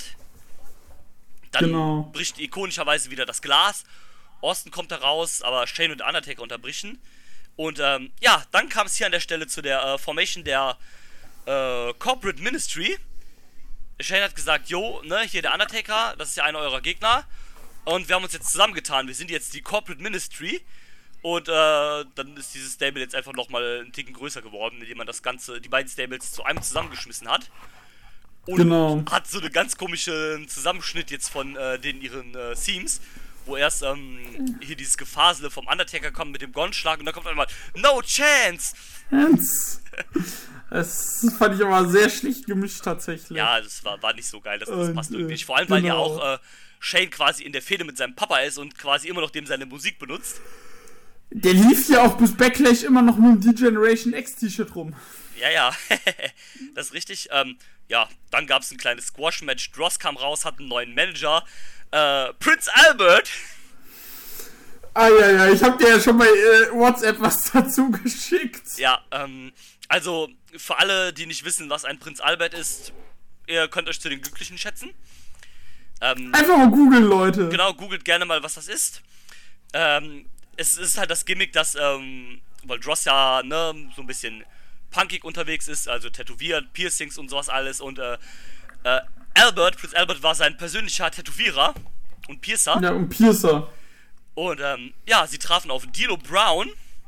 Dann bricht ikonischerweise wieder das Glas, Austin kommt da raus, aber Shane und Undertaker unterbrechen. Und ja, dann kam es hier an der Stelle zu der Formation der Corporate Ministry. Shane hat gesagt, jo, ne, hier der Undertaker, das ist ja einer eurer Gegner. Und wir haben uns jetzt zusammengetan, wir sind jetzt die Corporate Ministry. Und dann ist dieses Stable jetzt einfach nochmal einen Ticken größer geworden, indem man die beiden Stables zu einem zusammengeschmissen hat. Und hat so einen ganz komischen Zusammenschnitt jetzt von ihren Themes, wo erst hier dieses Gefasele vom Undertaker kommt mit dem Gonschlag und dann kommt einmal No Chance! Das fand ich aber sehr schlicht gemischt tatsächlich. Ja, das war nicht so geil, das passt irgendwie nicht. Vor allem, weil ja auch Shane quasi in der Fehde mit seinem Papa ist und quasi immer noch dem seine Musik benutzt. Der lief ja auch bis Backlash immer noch mit dem D-Generation X T-Shirt rum. Ja, das ist richtig. Ja, dann gab es ein kleines Squash-Match. Dross kam raus, hat einen neuen Manager. Prince Albert. Ja, ich hab dir ja schon bei WhatsApp was dazu geschickt. Ja, also für alle, die nicht wissen, was ein Prinz Albert ist, ihr könnt euch zu den Glücklichen schätzen. Einfach mal googeln, Leute. Genau, googelt gerne mal, was das ist. Es ist halt das Gimmick, dass, weil Dross ja, ne, so ein bisschen punkig unterwegs ist, also tätowiert, Piercings und sowas alles und, Prinz Albert war sein persönlicher Tätowierer und Piercer. Ja, und Piercer. Und, ja, sie trafen auf D'Lo Brown.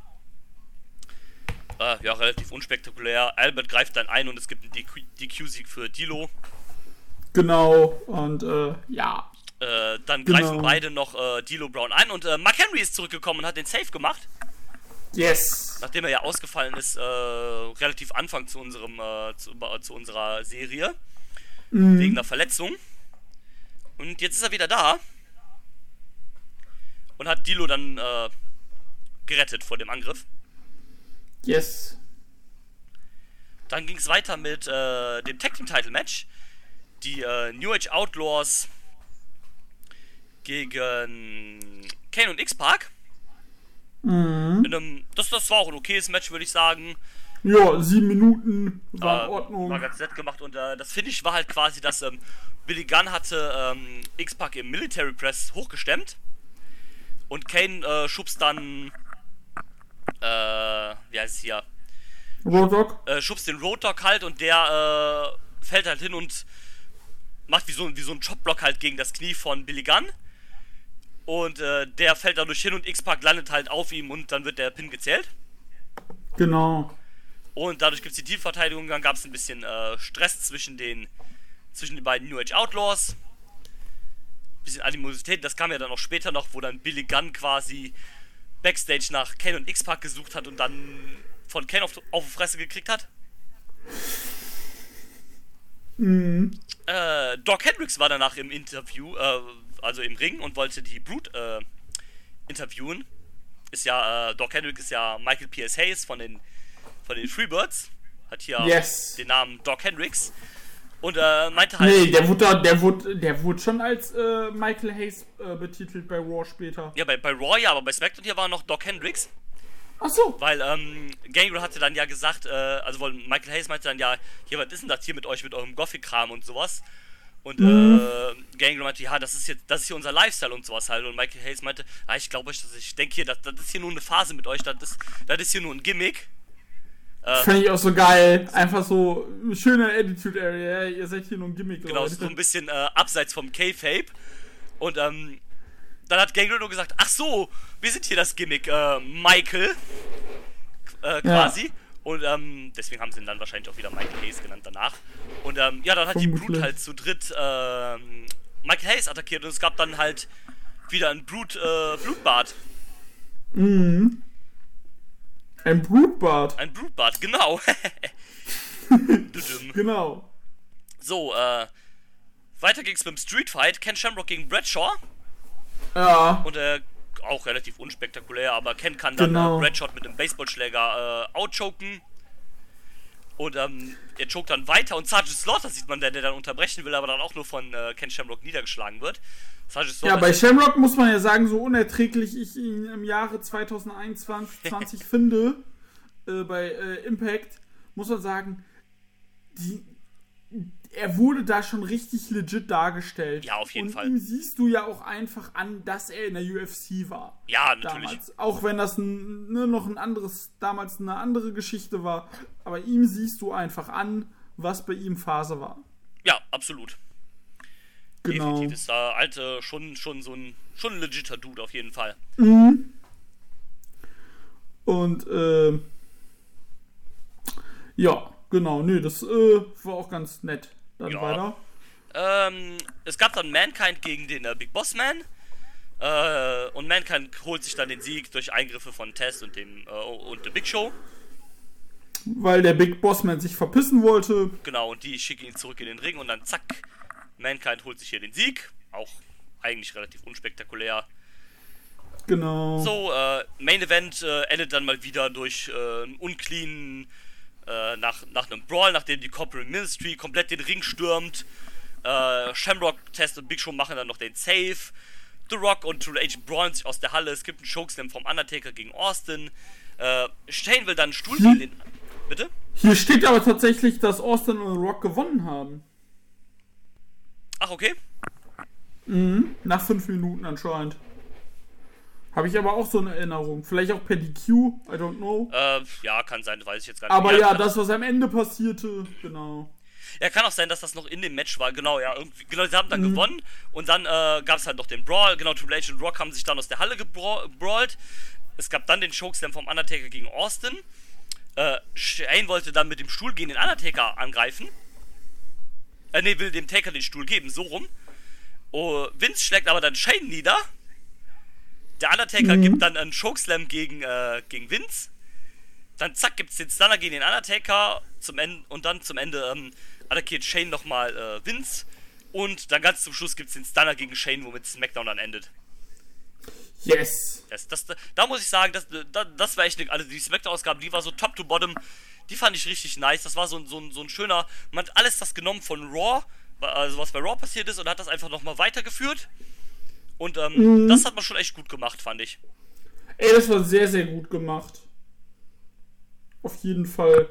Ja, relativ unspektakulär. Albert greift dann ein und es gibt einen DQ-Sieg für D'Lo. Genau, und, ja. Dann greifen beide noch D'Lo Brown ein und Mark Henry ist zurückgekommen und hat den Save gemacht. Yes. Nachdem er ja ausgefallen ist, relativ Anfang zu unserer Serie. Wegen einer Verletzung. Und jetzt ist er wieder da. Und hat D'Lo dann gerettet vor dem Angriff. Yes. Dann ging es weiter mit dem Tag Team Title Match. Die New Age Outlaws gegen Kane und X-Pac. Das war auch ein okayes Match, würde ich sagen. Ja, 7 Minuten, war in Ordnung. War ganz nett gemacht und das Finish war halt quasi, dass Billy Gunn hatte X-Pac im Military Press hochgestemmt und Kane schubst dann wie heißt es hier? Road Dogg? Schubst den Road Dogg halt und der fällt halt hin und macht wie so ein Chopblock halt gegen das Knie von Billy Gunn. Und der fällt dadurch hin und X-Pac landet halt auf ihm und dann wird der Pin gezählt. Genau. Und dadurch gibt es die Titelverteidigung, dann gab es ein bisschen Stress zwischen den beiden New Age Outlaws. Bisschen Animosität, das kam ja dann auch später noch, wo dann Billy Gunn quasi Backstage nach Kane und X-Pac gesucht hat und dann von Kane auf die Fresse gekriegt hat. Doc Hendricks war danach im Interview, also im Ring und wollte die Brute interviewen. Doc Hendricks ist ja Michael P.S. Hayes von den Freebirds. Hat hier den Namen Doc Hendricks. Und meinte halt... Nee, der wurde schon als Michael Hayes betitelt bei Raw später. Ja, bei Raw ja, aber bei SmackDown hier war noch Doc Hendricks. Ach so. Weil Gangrel hatte dann ja gesagt, weil Michael Hayes meinte dann ja, hier, was ist denn das hier mit euch, mit eurem Gothic-Kram und sowas? Und Gangrel meinte, ja, das ist hier unser Lifestyle und sowas halt. Und Michael Hayes meinte, ich glaube euch, ich denke hier, das ist hier nur eine Phase mit euch, das ist hier nur ein Gimmick. Fand ich auch so geil. Einfach so eine schöne Attitude Area. Ja, ihr seid hier nur ein Gimmick. Genau, Leute. so ein bisschen abseits vom Kayfabe. Und dann hat Gangrel nur gesagt, ach so, wir sind hier das Gimmick, Michael. Quasi. Ja. Und deswegen haben sie ihn dann wahrscheinlich auch wieder Michael Hayes genannt danach. Und dann hat die Brute halt zu dritt Michael Hayes attackiert und es gab dann halt wieder ein Blutbad. Mhm. Ein Blutbad? Ein Blutbad, genau. Genau. So, weiter ging's mit dem Streetfight. Ken Shamrock gegen Bradshaw. Ja. Und auch relativ unspektakulär, aber Ken kann dann Bradshaw mit einem Baseballschläger outchoken. Und er chokt dann weiter und Sergeant Slaughter sieht man, der dann unterbrechen will, aber dann auch nur von Ken Shamrock niedergeschlagen wird. Ja, bei Shamrock muss man ja sagen, so unerträglich ich ihn im Jahre 2021 finde, bei Impact, muss man sagen, er wurde da schon richtig legit dargestellt. Ja, auf jeden Fall. Und ihm siehst du ja auch einfach an, dass er in der UFC war. Ja, natürlich. Damals. Auch wenn das damals eine andere Geschichte war. Aber ihm siehst du einfach an, was bei ihm Phase war. Ja, absolut. Genau. Definitiv ist der Alte schon so ein legitter Dude auf jeden Fall. Mhm. Und, ja, genau. Nö, das war auch ganz nett. Dann weiter. Es gab dann Mankind gegen den Big Boss Man. Und Mankind holt sich dann den Sieg durch Eingriffe von Test und der Big Show. Weil der Big Boss Man sich verpissen wollte. Genau, und die schicken ihn zurück in den Ring und dann zack, Mankind holt sich hier den Sieg. Auch eigentlich relativ unspektakulär. Genau. So, Main Event endet dann mal wieder durch einen uncleanen, nach einem Brawl, nachdem die Corporate Ministry komplett den Ring stürmt. Shamrock, Test und Big Show machen dann noch den Save. The Rock und Triple H brawlen sich aus der Halle. Es gibt einen Chokeslam vom Undertaker gegen Austin. Shane will dann einen Stuhl gegen den... Bitte? Hier steht aber tatsächlich, dass Austin und The Rock gewonnen haben. Ach, okay. Mhm, nach 5 Minuten anscheinend. Habe ich aber auch so eine Erinnerung. Vielleicht auch per DQ, I don't know. Ja, kann sein, weiß ich jetzt gar nicht. Aber ja, das, was am Ende passierte, genau. Ja, kann auch sein, dass das noch in dem Match war, genau, ja, irgendwie, genau, sie haben dann gewonnen und dann gab es halt noch den Brawl, genau, Triple H und Rock haben sich dann aus der Halle gebrawlt. Es gab dann den Chokeslam vom Undertaker gegen Austin. Shane wollte dann mit dem Stuhl gegen den Undertaker angreifen. Will dem Taker den Stuhl geben, so rum. Oh, Vince schlägt aber dann Shane nieder. Der Undertaker gibt dann einen Chokeslam gegen Vince. Dann zack, gibt's den Stunner gegen den Undertaker zum Ende und dann zum Ende attackiert Shane nochmal Vince. Und dann ganz zum Schluss gibt's den Stunner gegen Shane, womit SmackDown dann endet. Yes! Da muss ich sagen, das war echt also die SmackDown-Ausgabe, die war so top to bottom, die fand ich richtig nice. Das war so ein schöner, man hat alles das genommen von Raw, also was bei Raw passiert ist, und hat das einfach nochmal weitergeführt. Und das hat man schon echt gut gemacht, fand ich. Ey, das war sehr, sehr gut gemacht. Auf jeden Fall.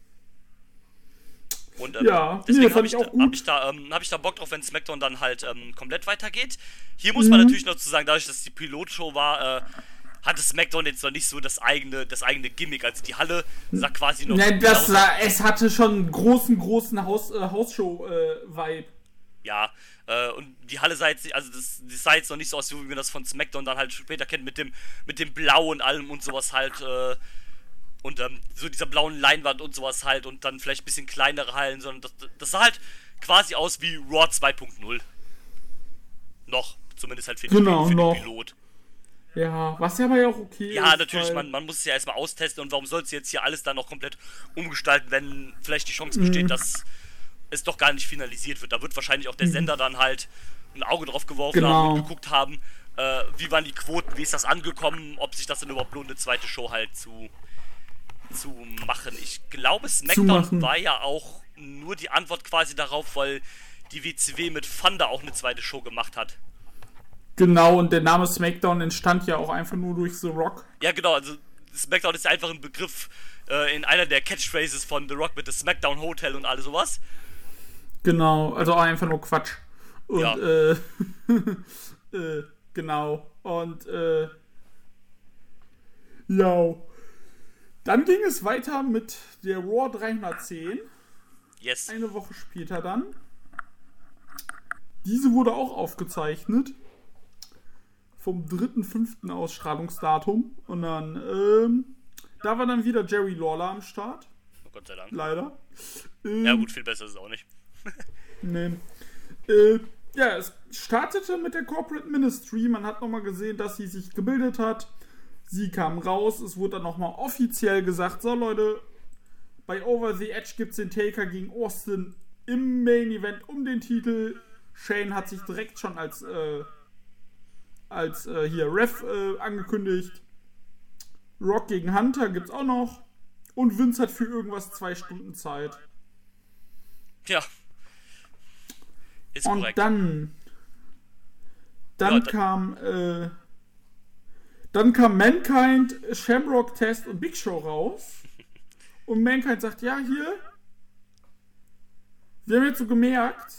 Und ja, deswegen fand ich auch gut. Hab ich da Bock drauf, wenn SmackDown dann halt komplett weitergeht. Hier muss man natürlich noch zu sagen, dadurch, dass es die Pilotshow war, hatte SmackDown jetzt noch nicht so das eigene Gimmick. Also die Halle sah quasi noch... Nein, es hatte schon einen großen Hausshow-Vibe. Ja, und die Halle sah jetzt, also das sah jetzt noch nicht so aus, wie man das von SmackDown dann halt später kennt, mit dem Blau und allem und sowas halt, und so dieser blauen Leinwand und sowas halt und dann vielleicht ein bisschen kleinere Hallen, sondern das sah halt quasi aus wie Raw 2.0. Noch, zumindest halt für den Pilot. Ja, was ja aber ja auch okay ist. Ja, natürlich, man muss es ja erstmal austesten und warum soll es jetzt hier alles dann noch komplett umgestalten, wenn vielleicht die Chance besteht, dass es doch gar nicht finalisiert wird. Da wird wahrscheinlich auch der Sender dann halt ein Auge drauf geworfen haben und geguckt haben, wie waren die Quoten, wie ist das angekommen, ob sich das denn überhaupt lohnt, eine zweite Show halt zu machen. Ich glaube, SmackDown war ja auch nur die Antwort quasi darauf, weil die WCW mit Thunder auch eine zweite Show gemacht hat. Genau, und der Name SmackDown entstand ja auch einfach nur durch The Rock. Ja, genau, also SmackDown ist ja einfach ein Begriff in einer der Catchphrases von The Rock mit dem SmackDown Hotel und alles sowas. Genau, also auch einfach nur Quatsch. Und, Ja. genau. Und, ja. Dann ging es weiter mit der Raw 310. Yes. Eine Woche später dann. Diese wurde auch aufgezeichnet. Vom 3.5. Ausstrahlungsdatum. Und dann, da war dann wieder Jerry Lawler am Start. Oh Gott sei Dank. Leider. Ja gut, viel besser ist es auch nicht. Nee. Ja, es startete mit der Corporate Ministry. Man hat nochmal gesehen, dass sie sich gebildet hat. Sie kam raus. Es wurde dann nochmal offiziell gesagt, so Leute, bei Over the Edge gibt es den Taker gegen Austin im Main Event um den Titel. Shane hat sich direkt schon als hier Ref angekündigt. Rock gegen Hunter gibt's auch noch. Und Vince hat für irgendwas 2 Stunden Zeit. Ja. Ist Und korrekt. dann Ja, kam Mankind, Shamrock, Test und Big Show raus. Und Mankind sagt, ja, hier, wir haben jetzt so gemerkt,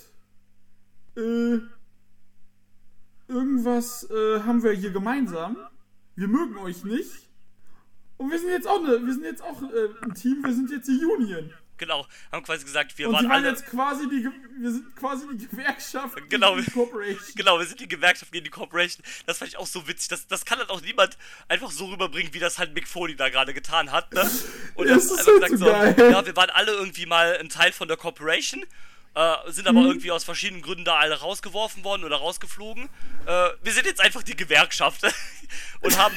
irgendwas haben wir hier gemeinsam. Wir mögen euch nicht. Und wir sind jetzt auch ein Team, wir sind jetzt die Union. Genau, haben quasi gesagt, wir Und waren sie waren alle... jetzt wir sind quasi die Gewerkschaft Genau. gegen die Corporation. Genau, wir sind die Gewerkschaft gegen die Corporation. Das fand ich auch so witzig. Das kann halt auch niemand einfach so rüberbringen, wie das halt Mick Foley da gerade getan hat, ne? Und er hat Das ist einfach halt gesagt so so, geil. ja, wir waren alle irgendwie mal ein Teil von der Corporation, sind aber irgendwie aus verschiedenen Gründen da alle rausgeworfen worden oder rausgeflogen. Wir sind jetzt einfach die Gewerkschaft und haben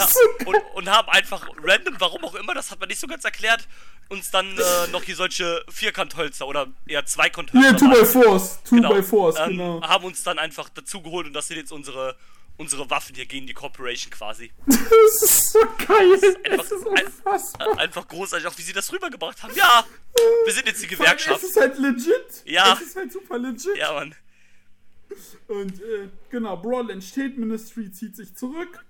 einfach random, warum auch immer, das hat man nicht so ganz erklärt, uns dann noch hier solche Vierkanthölzer oder eher Zweikanthölzer. Ja, 2x4s. Genau. 2x4s, genau. Haben uns dann einfach dazu geholt und das sind jetzt unsere Waffen hier gegen die Corporation quasi. Das ist so geil. Das ist unfassbar. Einfach großartig, auch wie sie das rübergebracht haben. Ja, wir sind jetzt die Gewerkschaft. Es ist halt legit. Ja. Es ist halt super legit. Ja, Mann. Und genau, Brawl entsteht, Ministry zieht sich zurück.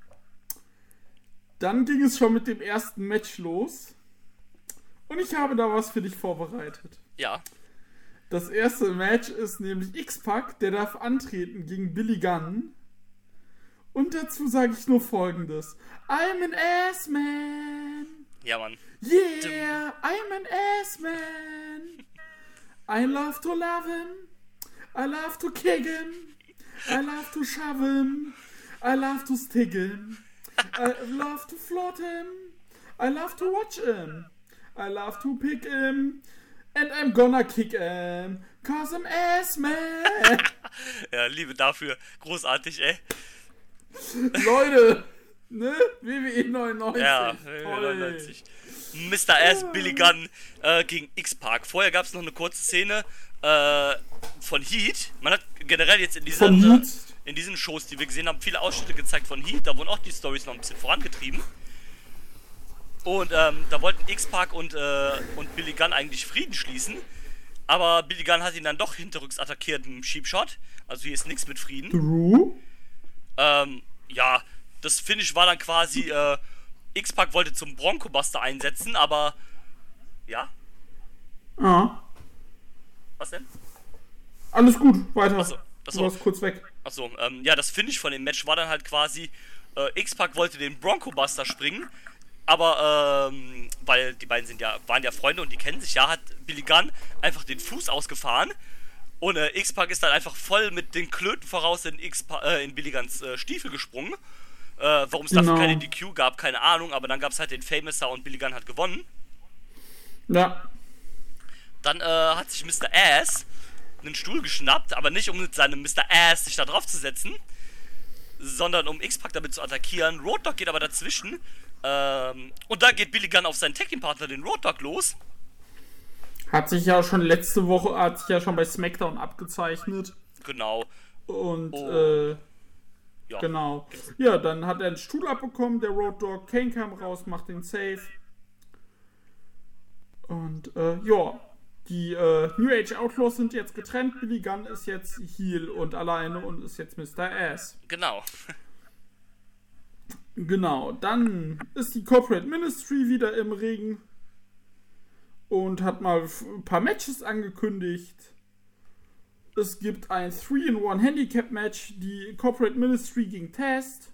Dann ging es schon mit dem ersten Match los. Und ich habe da was für dich vorbereitet. Ja. Das erste Match ist nämlich X-Pac, der darf antreten gegen Billy Gunn. Und dazu sage ich nur Folgendes. I'm an ass-man. Ja, Mann. Yeah, I'm an ass-man. I love to love him. I love to kick him. I love to shove him. I love to stick him. I love to float him. I love to watch him. I love to pick him. And I'm gonna kick him. Cause I'm ass-man. Ja, Liebe dafür. Großartig, ey. Leute, ne? WWE 99. Ja, Toll. 99. Mr. Ass, Billy Gunn gegen X-Pac. Vorher gab es noch eine kurze Szene von Heat. Man hat generell jetzt in diesen Shows, die wir gesehen haben, viele Ausschnitte gezeigt von Heat. Da wurden auch die Storys noch ein bisschen vorangetrieben. Und da wollten X-Pac und Billy Gunn eigentlich Frieden schließen. Aber Billy Gunn hat ihn dann doch hinterrücks attackiert im Sheepshot. Also hier ist nichts mit Frieden. True. Ja, das Finish war dann quasi, X-Pac wollte zum Bronco Buster einsetzen, aber, ja, Ja. was denn? Alles gut, weiter. Achso. Du warst kurz weg. Achso, ja, das Finish von dem Match war dann halt quasi, X-Pac wollte den Bronco Buster springen, aber, weil die beiden waren ja Freunde und die kennen sich ja, hat Billy Gunn einfach den Fuß ausgefahren. Und X-Pac ist dann einfach voll mit den Klöten voraus in Billy Gunns Stiefel gesprungen. Warum es dafür keine DQ gab, keine Ahnung, aber dann gab es halt den Famouser und Billy Gunn hat gewonnen. Ja. Dann hat sich Mr. Ass einen Stuhl geschnappt, aber nicht um mit seinem Mr. Ass sich da drauf zu setzen, sondern um X-Pac damit zu attackieren. Road Dogg geht aber dazwischen. Und da geht Billy Gunn auf seinen Tag-Team-Partner, den Road Dogg, los. Hat sich ja schon letzte Woche, bei SmackDown abgezeichnet. Genau. Und, ja. genau. Ja, dann hat er einen Stuhl abbekommen, der Road Dogg. Kane kam raus, macht den Save. Und, ja. Die New Age Outlaws sind jetzt getrennt. Billy Gunn ist jetzt Heel und alleine und ist jetzt Mr. Ass. Genau. Genau, dann ist die Corporate Ministry wieder im Ring und hat mal ein paar Matches angekündigt. Es gibt ein 3-in-1 Handicap-Match, die Corporate Ministry gegen Test.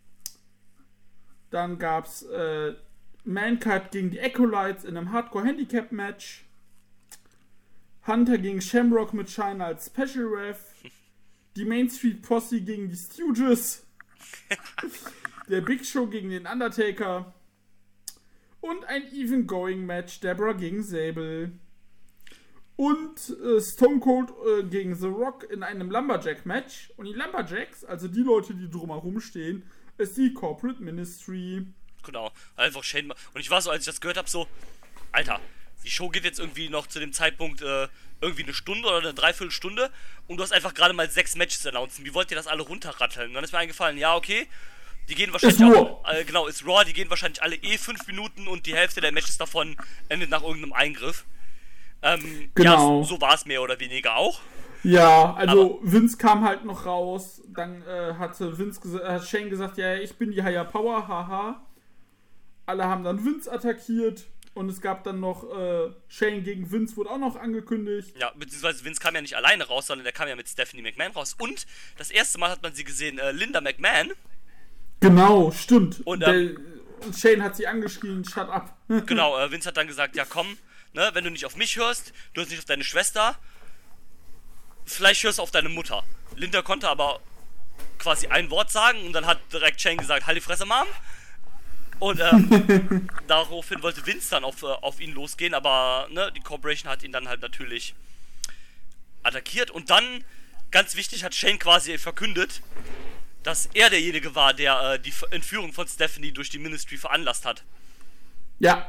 Dann gab es Mankind gegen die Acolytes in einem Hardcore-Handicap-Match. Hunter gegen Shamrock mit Shiner als Special Ref. Die Main Street Posse gegen die Stooges. Der Big Show gegen den Undertaker. Und ein Even-Going-Match, Deborah gegen Sable. Und Stone Cold gegen The Rock in einem Lumberjack-Match. Und die Lumberjacks, also die Leute, die drumherum stehen, ist die Corporate Ministry. Genau, einfach Shane. Und ich war so, als ich das gehört habe, so, Alter, die Show geht jetzt irgendwie noch zu dem Zeitpunkt irgendwie eine Stunde oder eine Dreiviertelstunde und du hast einfach gerade mal 6 Matches announced. Wie wollt ihr das alle runterratteln? Und dann ist mir eingefallen, ja, okay, die gehen wahrscheinlich auch, ist Raw, die gehen wahrscheinlich alle 5 Minuten und die Hälfte der Matches davon endet nach irgendeinem Eingriff. Genau. Ja, so war es mehr oder weniger auch. Ja, also aber Vince kam halt noch raus, dann hat Shane gesagt, ja, ich bin die Higher Power, haha. Alle haben dann Vince attackiert und es gab dann noch Shane gegen Vince, wurde auch noch angekündigt. Ja, beziehungsweise Vince kam ja nicht alleine raus, sondern der kam ja mit Stephanie McMahon raus. Und das erste Mal hat man sie gesehen, Linda McMahon. Genau, stimmt. Und Shane hat sie angeschrien, shut up. Genau, Vince hat dann gesagt, ja komm, ne, wenn du nicht auf mich hörst, du hörst nicht auf deine Schwester, vielleicht hörst du auf deine Mutter. Linda konnte aber quasi ein Wort sagen und dann hat direkt Shane gesagt, halt die Fresse, Mom. Und daraufhin wollte Vince dann auf ihn losgehen, aber ne, die Corporation hat ihn dann halt natürlich attackiert. Und dann, ganz wichtig, hat Shane quasi verkündet, dass er derjenige war, der die Entführung von Stephanie durch die Ministry veranlasst hat. Ja.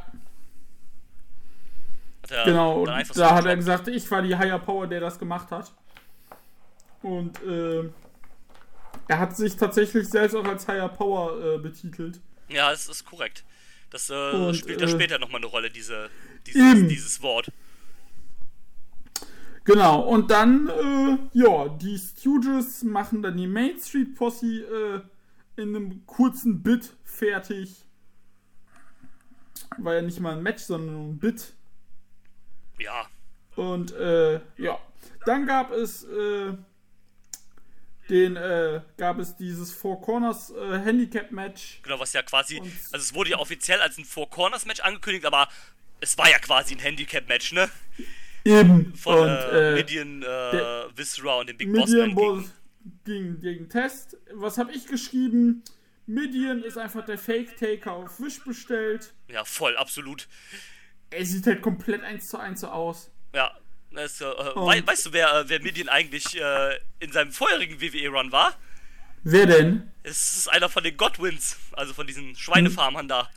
Genau, und da hat er gesagt, ich war die Higher Power, der das gemacht hat. Und er hat sich tatsächlich selbst auch als Higher Power betitelt. Ja, das ist korrekt. Das spielt da später nochmal eine Rolle, dieses Wort. Genau, und dann, die Stooges machen dann die Main Street Posse in einem kurzen Bit fertig. War ja nicht mal ein Match, sondern ein Bit. Ja. Und, dann gab es dieses Four Corners Handicap Match. Genau, was ja quasi, also es wurde ja offiziell als ein Four Corners Match angekündigt, aber es war ja quasi ein Handicap Match, ne? Eben. Von Midian, Viscera und dem Big Boss Man gegen Test. Was habe ich geschrieben? Midian ist einfach der Fake-Taker auf Wish bestellt. Ja, voll, absolut. Er sieht halt komplett 1:1 so aus. Ja. Weißt du, wer Midian eigentlich in seinem vorherigen WWE-Run war? Wer denn? Es ist einer von den Godwins, also von diesen Schweinefarmern da.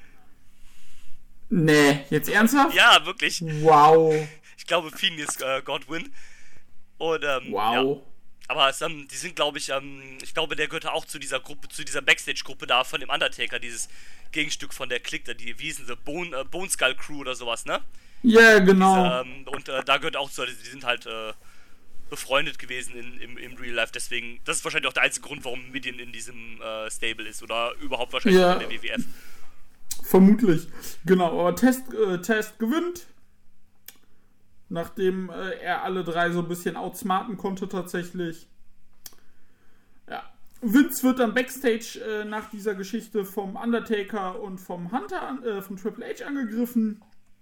Nee, jetzt ernsthaft? Ja, wirklich. Wow. Ich glaube, Phineas Godwin. Und, wow. Ja. Aber die sind, glaube ich, ich glaube, der gehörte auch zu dieser Gruppe, zu dieser Backstage-Gruppe da von dem Undertaker, dieses Gegenstück von der Clique, die wie hießen sie, Bone Skull Crew oder sowas, ne? Ja, yeah, genau. Da gehört auch zu, die sind halt befreundet gewesen im Real Life, deswegen, das ist wahrscheinlich auch der einzige Grund, warum Midian in diesem Stable ist oder überhaupt wahrscheinlich in der WWF. Vermutlich, genau, aber Test gewinnt, nachdem er alle drei so ein bisschen outsmarten konnte tatsächlich. Ja. Vince wird dann Backstage nach dieser Geschichte vom Undertaker und vom Hunter, vom Triple H angegriffen.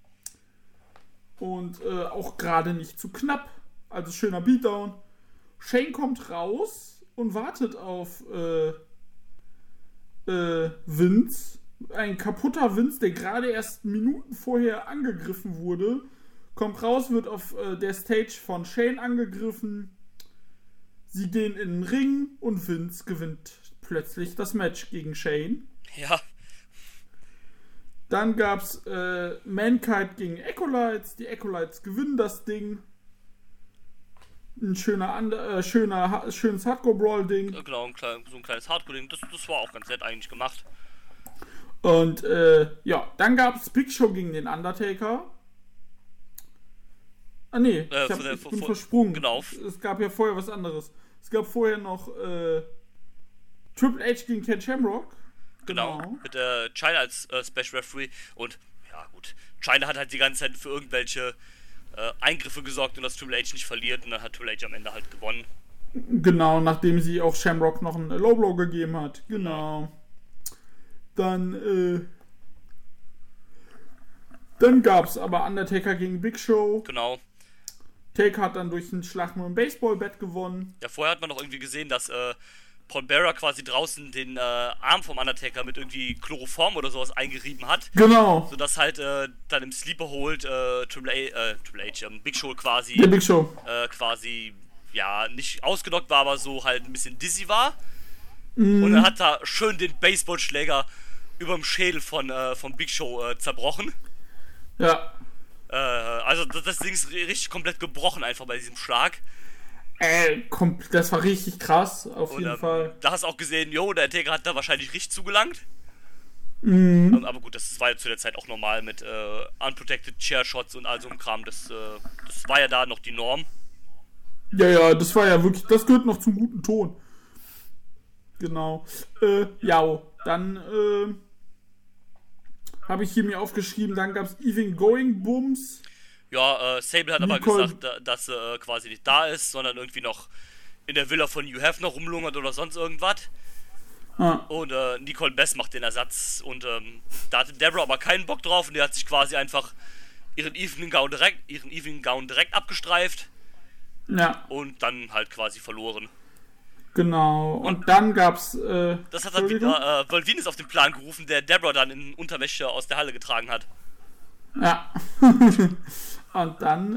Und auch gerade nicht zu knapp. Also schöner Beatdown. Shane kommt raus und wartet auf Vince. Ein kaputter Vince, der gerade erst Minuten vorher angegriffen wurde. Kommt raus, wird auf der Stage von Shane angegriffen. Sie gehen in den Ring und Vince gewinnt plötzlich das Match gegen Shane. Ja. Dann gab's Mankind gegen Acolytes. Die Acolytes gewinnen das Ding. Ein schönes Hardcore-Brawl-Ding. Genau, so ein kleines Hardcore-Ding. Das war auch ganz nett eigentlich gemacht. Und dann gab's Big Show gegen den Undertaker. Ah nee, ich bin versprungen. Genau. Es gab ja vorher was anderes. Es gab vorher noch Triple H gegen Ken Shamrock. Genau. Mit China als Special Referee. Und ja gut, China hat halt die ganze Zeit für irgendwelche Eingriffe gesorgt und dass Triple H nicht verliert. Und dann hat Triple H am Ende halt gewonnen. Genau, nachdem sie auch Shamrock noch einen Low Blow gegeben hat. Genau. Dann gab es aber Undertaker gegen Big Show. Genau. Taker hat dann durch einen Schlag mit dem Baseballbat gewonnen. Ja, vorher hat man noch irgendwie gesehen, dass Paul Bearer quasi draußen den Arm vom Undertaker mit irgendwie Chloroform oder sowas eingerieben hat. Genau. Sodass halt dann im Sleeper Hold Big Show quasi. Der Big Show. Quasi, ja, nicht ausgenockt war, aber so halt ein bisschen dizzy war. Und er hat da schön den Baseballschläger überm Schädel von Big Show zerbrochen. Ja. Also das Ding ist richtig komplett gebrochen einfach bei diesem Schlag. Das war richtig krass, auf jeden Fall. Da hast du auch gesehen, der Taker hat da wahrscheinlich richtig zugelangt. Aber gut, das war ja zu der Zeit auch normal mit Unprotected Chair Shots und all so einem Kram. Das war ja da noch die Norm. Ja, das war ja wirklich, das gehört noch zum guten Ton. Genau. Dann habe ich hier mir aufgeschrieben, dann gab es Even Going Bums. Ja, Sable hat aber gesagt, dass sie quasi nicht da ist, sondern irgendwie noch in der Villa von Hugh Hefner rumlungert oder sonst irgendwas. Und Nicole Bess macht den Ersatz und da hatte Deborah aber keinen Bock drauf und die hat sich quasi einfach ihren Evening Gown direkt abgestreift. Ja. Und dann halt quasi verloren. Genau. Und dann gab's. Das hat dann wieder Volvinus auf den Plan gerufen, der Deborah dann in Unterwäsche aus der Halle getragen hat. Ja. Und dann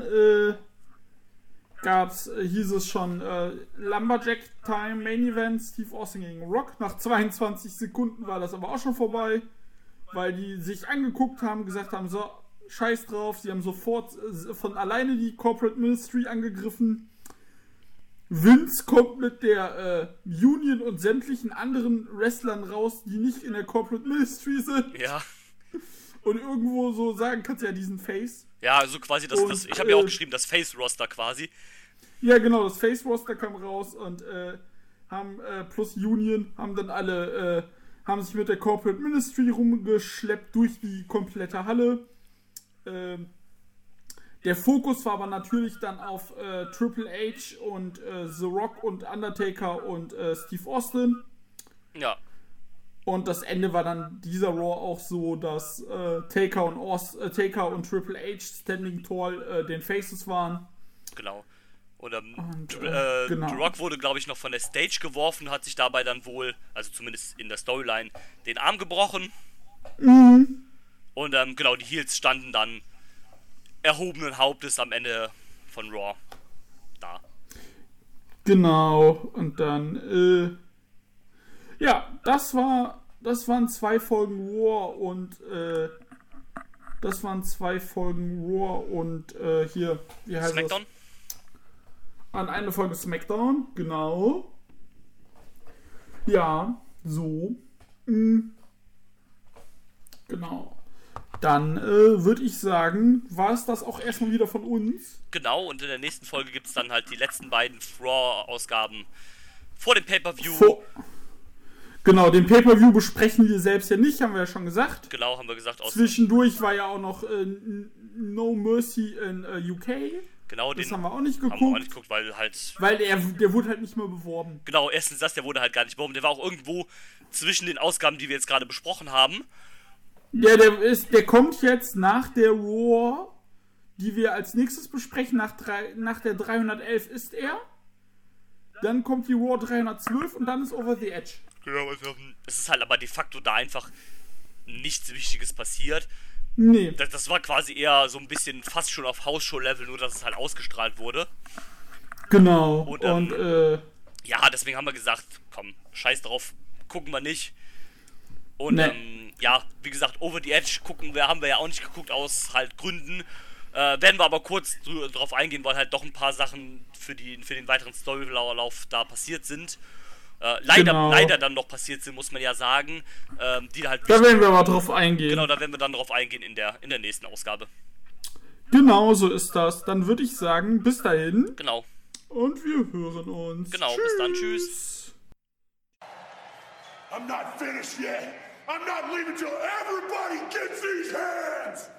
hieß es schon Lumberjack Time Main Event, Steve Austin gegen Rock. Nach 22 Sekunden war das aber auch schon vorbei, weil die sich angeguckt haben, gesagt haben, so, scheiß drauf. Sie haben sofort von alleine die Corporate Ministry angegriffen. Vince kommt mit der Union und sämtlichen anderen Wrestlern raus, die nicht in der Corporate Ministry sind. Ja. Und irgendwo so sagen kannst ja diesen Face. Ja, also quasi das ich habe ja auch geschrieben, das Face-Roster quasi. Ja, genau, das Face-Roster kam raus und haben plus Union haben dann alle haben sich mit der Corporate Ministry rumgeschleppt durch die komplette Halle. Der Fokus war aber natürlich dann auf Triple H und The Rock und Undertaker und Steve Austin. Ja. Und das Ende war dann dieser Raw auch so, dass Taker und Triple H Standing Tall den Faces waren. Genau. Und genau. The Rock wurde, glaube ich, noch von der Stage geworfen, hat sich dabei dann wohl, also zumindest in der Storyline, den Arm gebrochen. Und genau, die Heels standen dann erhobenen Hauptes am Ende von Raw da. Genau, und dann, das waren 2 Folgen Raw und hier, wie heißt SmackDown? Das? An eine Folge SmackDown, genau. Ja, so. Genau. Dann würde ich sagen, war es das auch erstmal wieder von uns. Genau, und in der nächsten Folge gibt es dann halt die letzten beiden Raw-Ausgaben vor dem Pay-Per-View. Genau, den Pay-Per-View besprechen wir selbst ja nicht, haben wir ja schon gesagt. Genau, haben wir gesagt. Zwischendurch war ja auch noch No Mercy in UK. Genau, das haben wir auch nicht geguckt. Weil halt... Weil der wurde halt nicht mehr beworben. Genau, erstens das, der wurde halt gar nicht beworben. Der war auch irgendwo zwischen den Ausgaben, die wir jetzt gerade besprochen haben. Ja, der kommt jetzt nach der Raw, die wir als nächstes besprechen. Nach der 311 ist er. Dann kommt die Raw 312 und dann ist Over the Edge. Genau, es ist halt aber de facto da einfach nichts Wichtiges passiert. Nee. Das war quasi eher so ein bisschen fast schon auf Hausshow-Level, nur dass es halt ausgestrahlt wurde. Genau. Und ja, deswegen haben wir gesagt, komm, scheiß drauf, gucken wir nicht. Und ja, wie gesagt, Over the Edge haben wir ja auch nicht geguckt, aus halt Gründen. Werden wir aber kurz drauf eingehen, weil halt doch ein paar Sachen für den weiteren Storylauf da passiert sind. Leider dann noch passiert sind, muss man ja sagen. Die halt da werden wir aber drauf eingehen. Genau, da werden wir dann drauf eingehen in der nächsten Ausgabe. Genau, so ist das. Dann würde ich sagen, bis dahin. Genau. Und wir hören uns. Genau, tschüss. Bis dann, tschüss. I'm not finished yet. I'm not leaving till everybody gets these hands!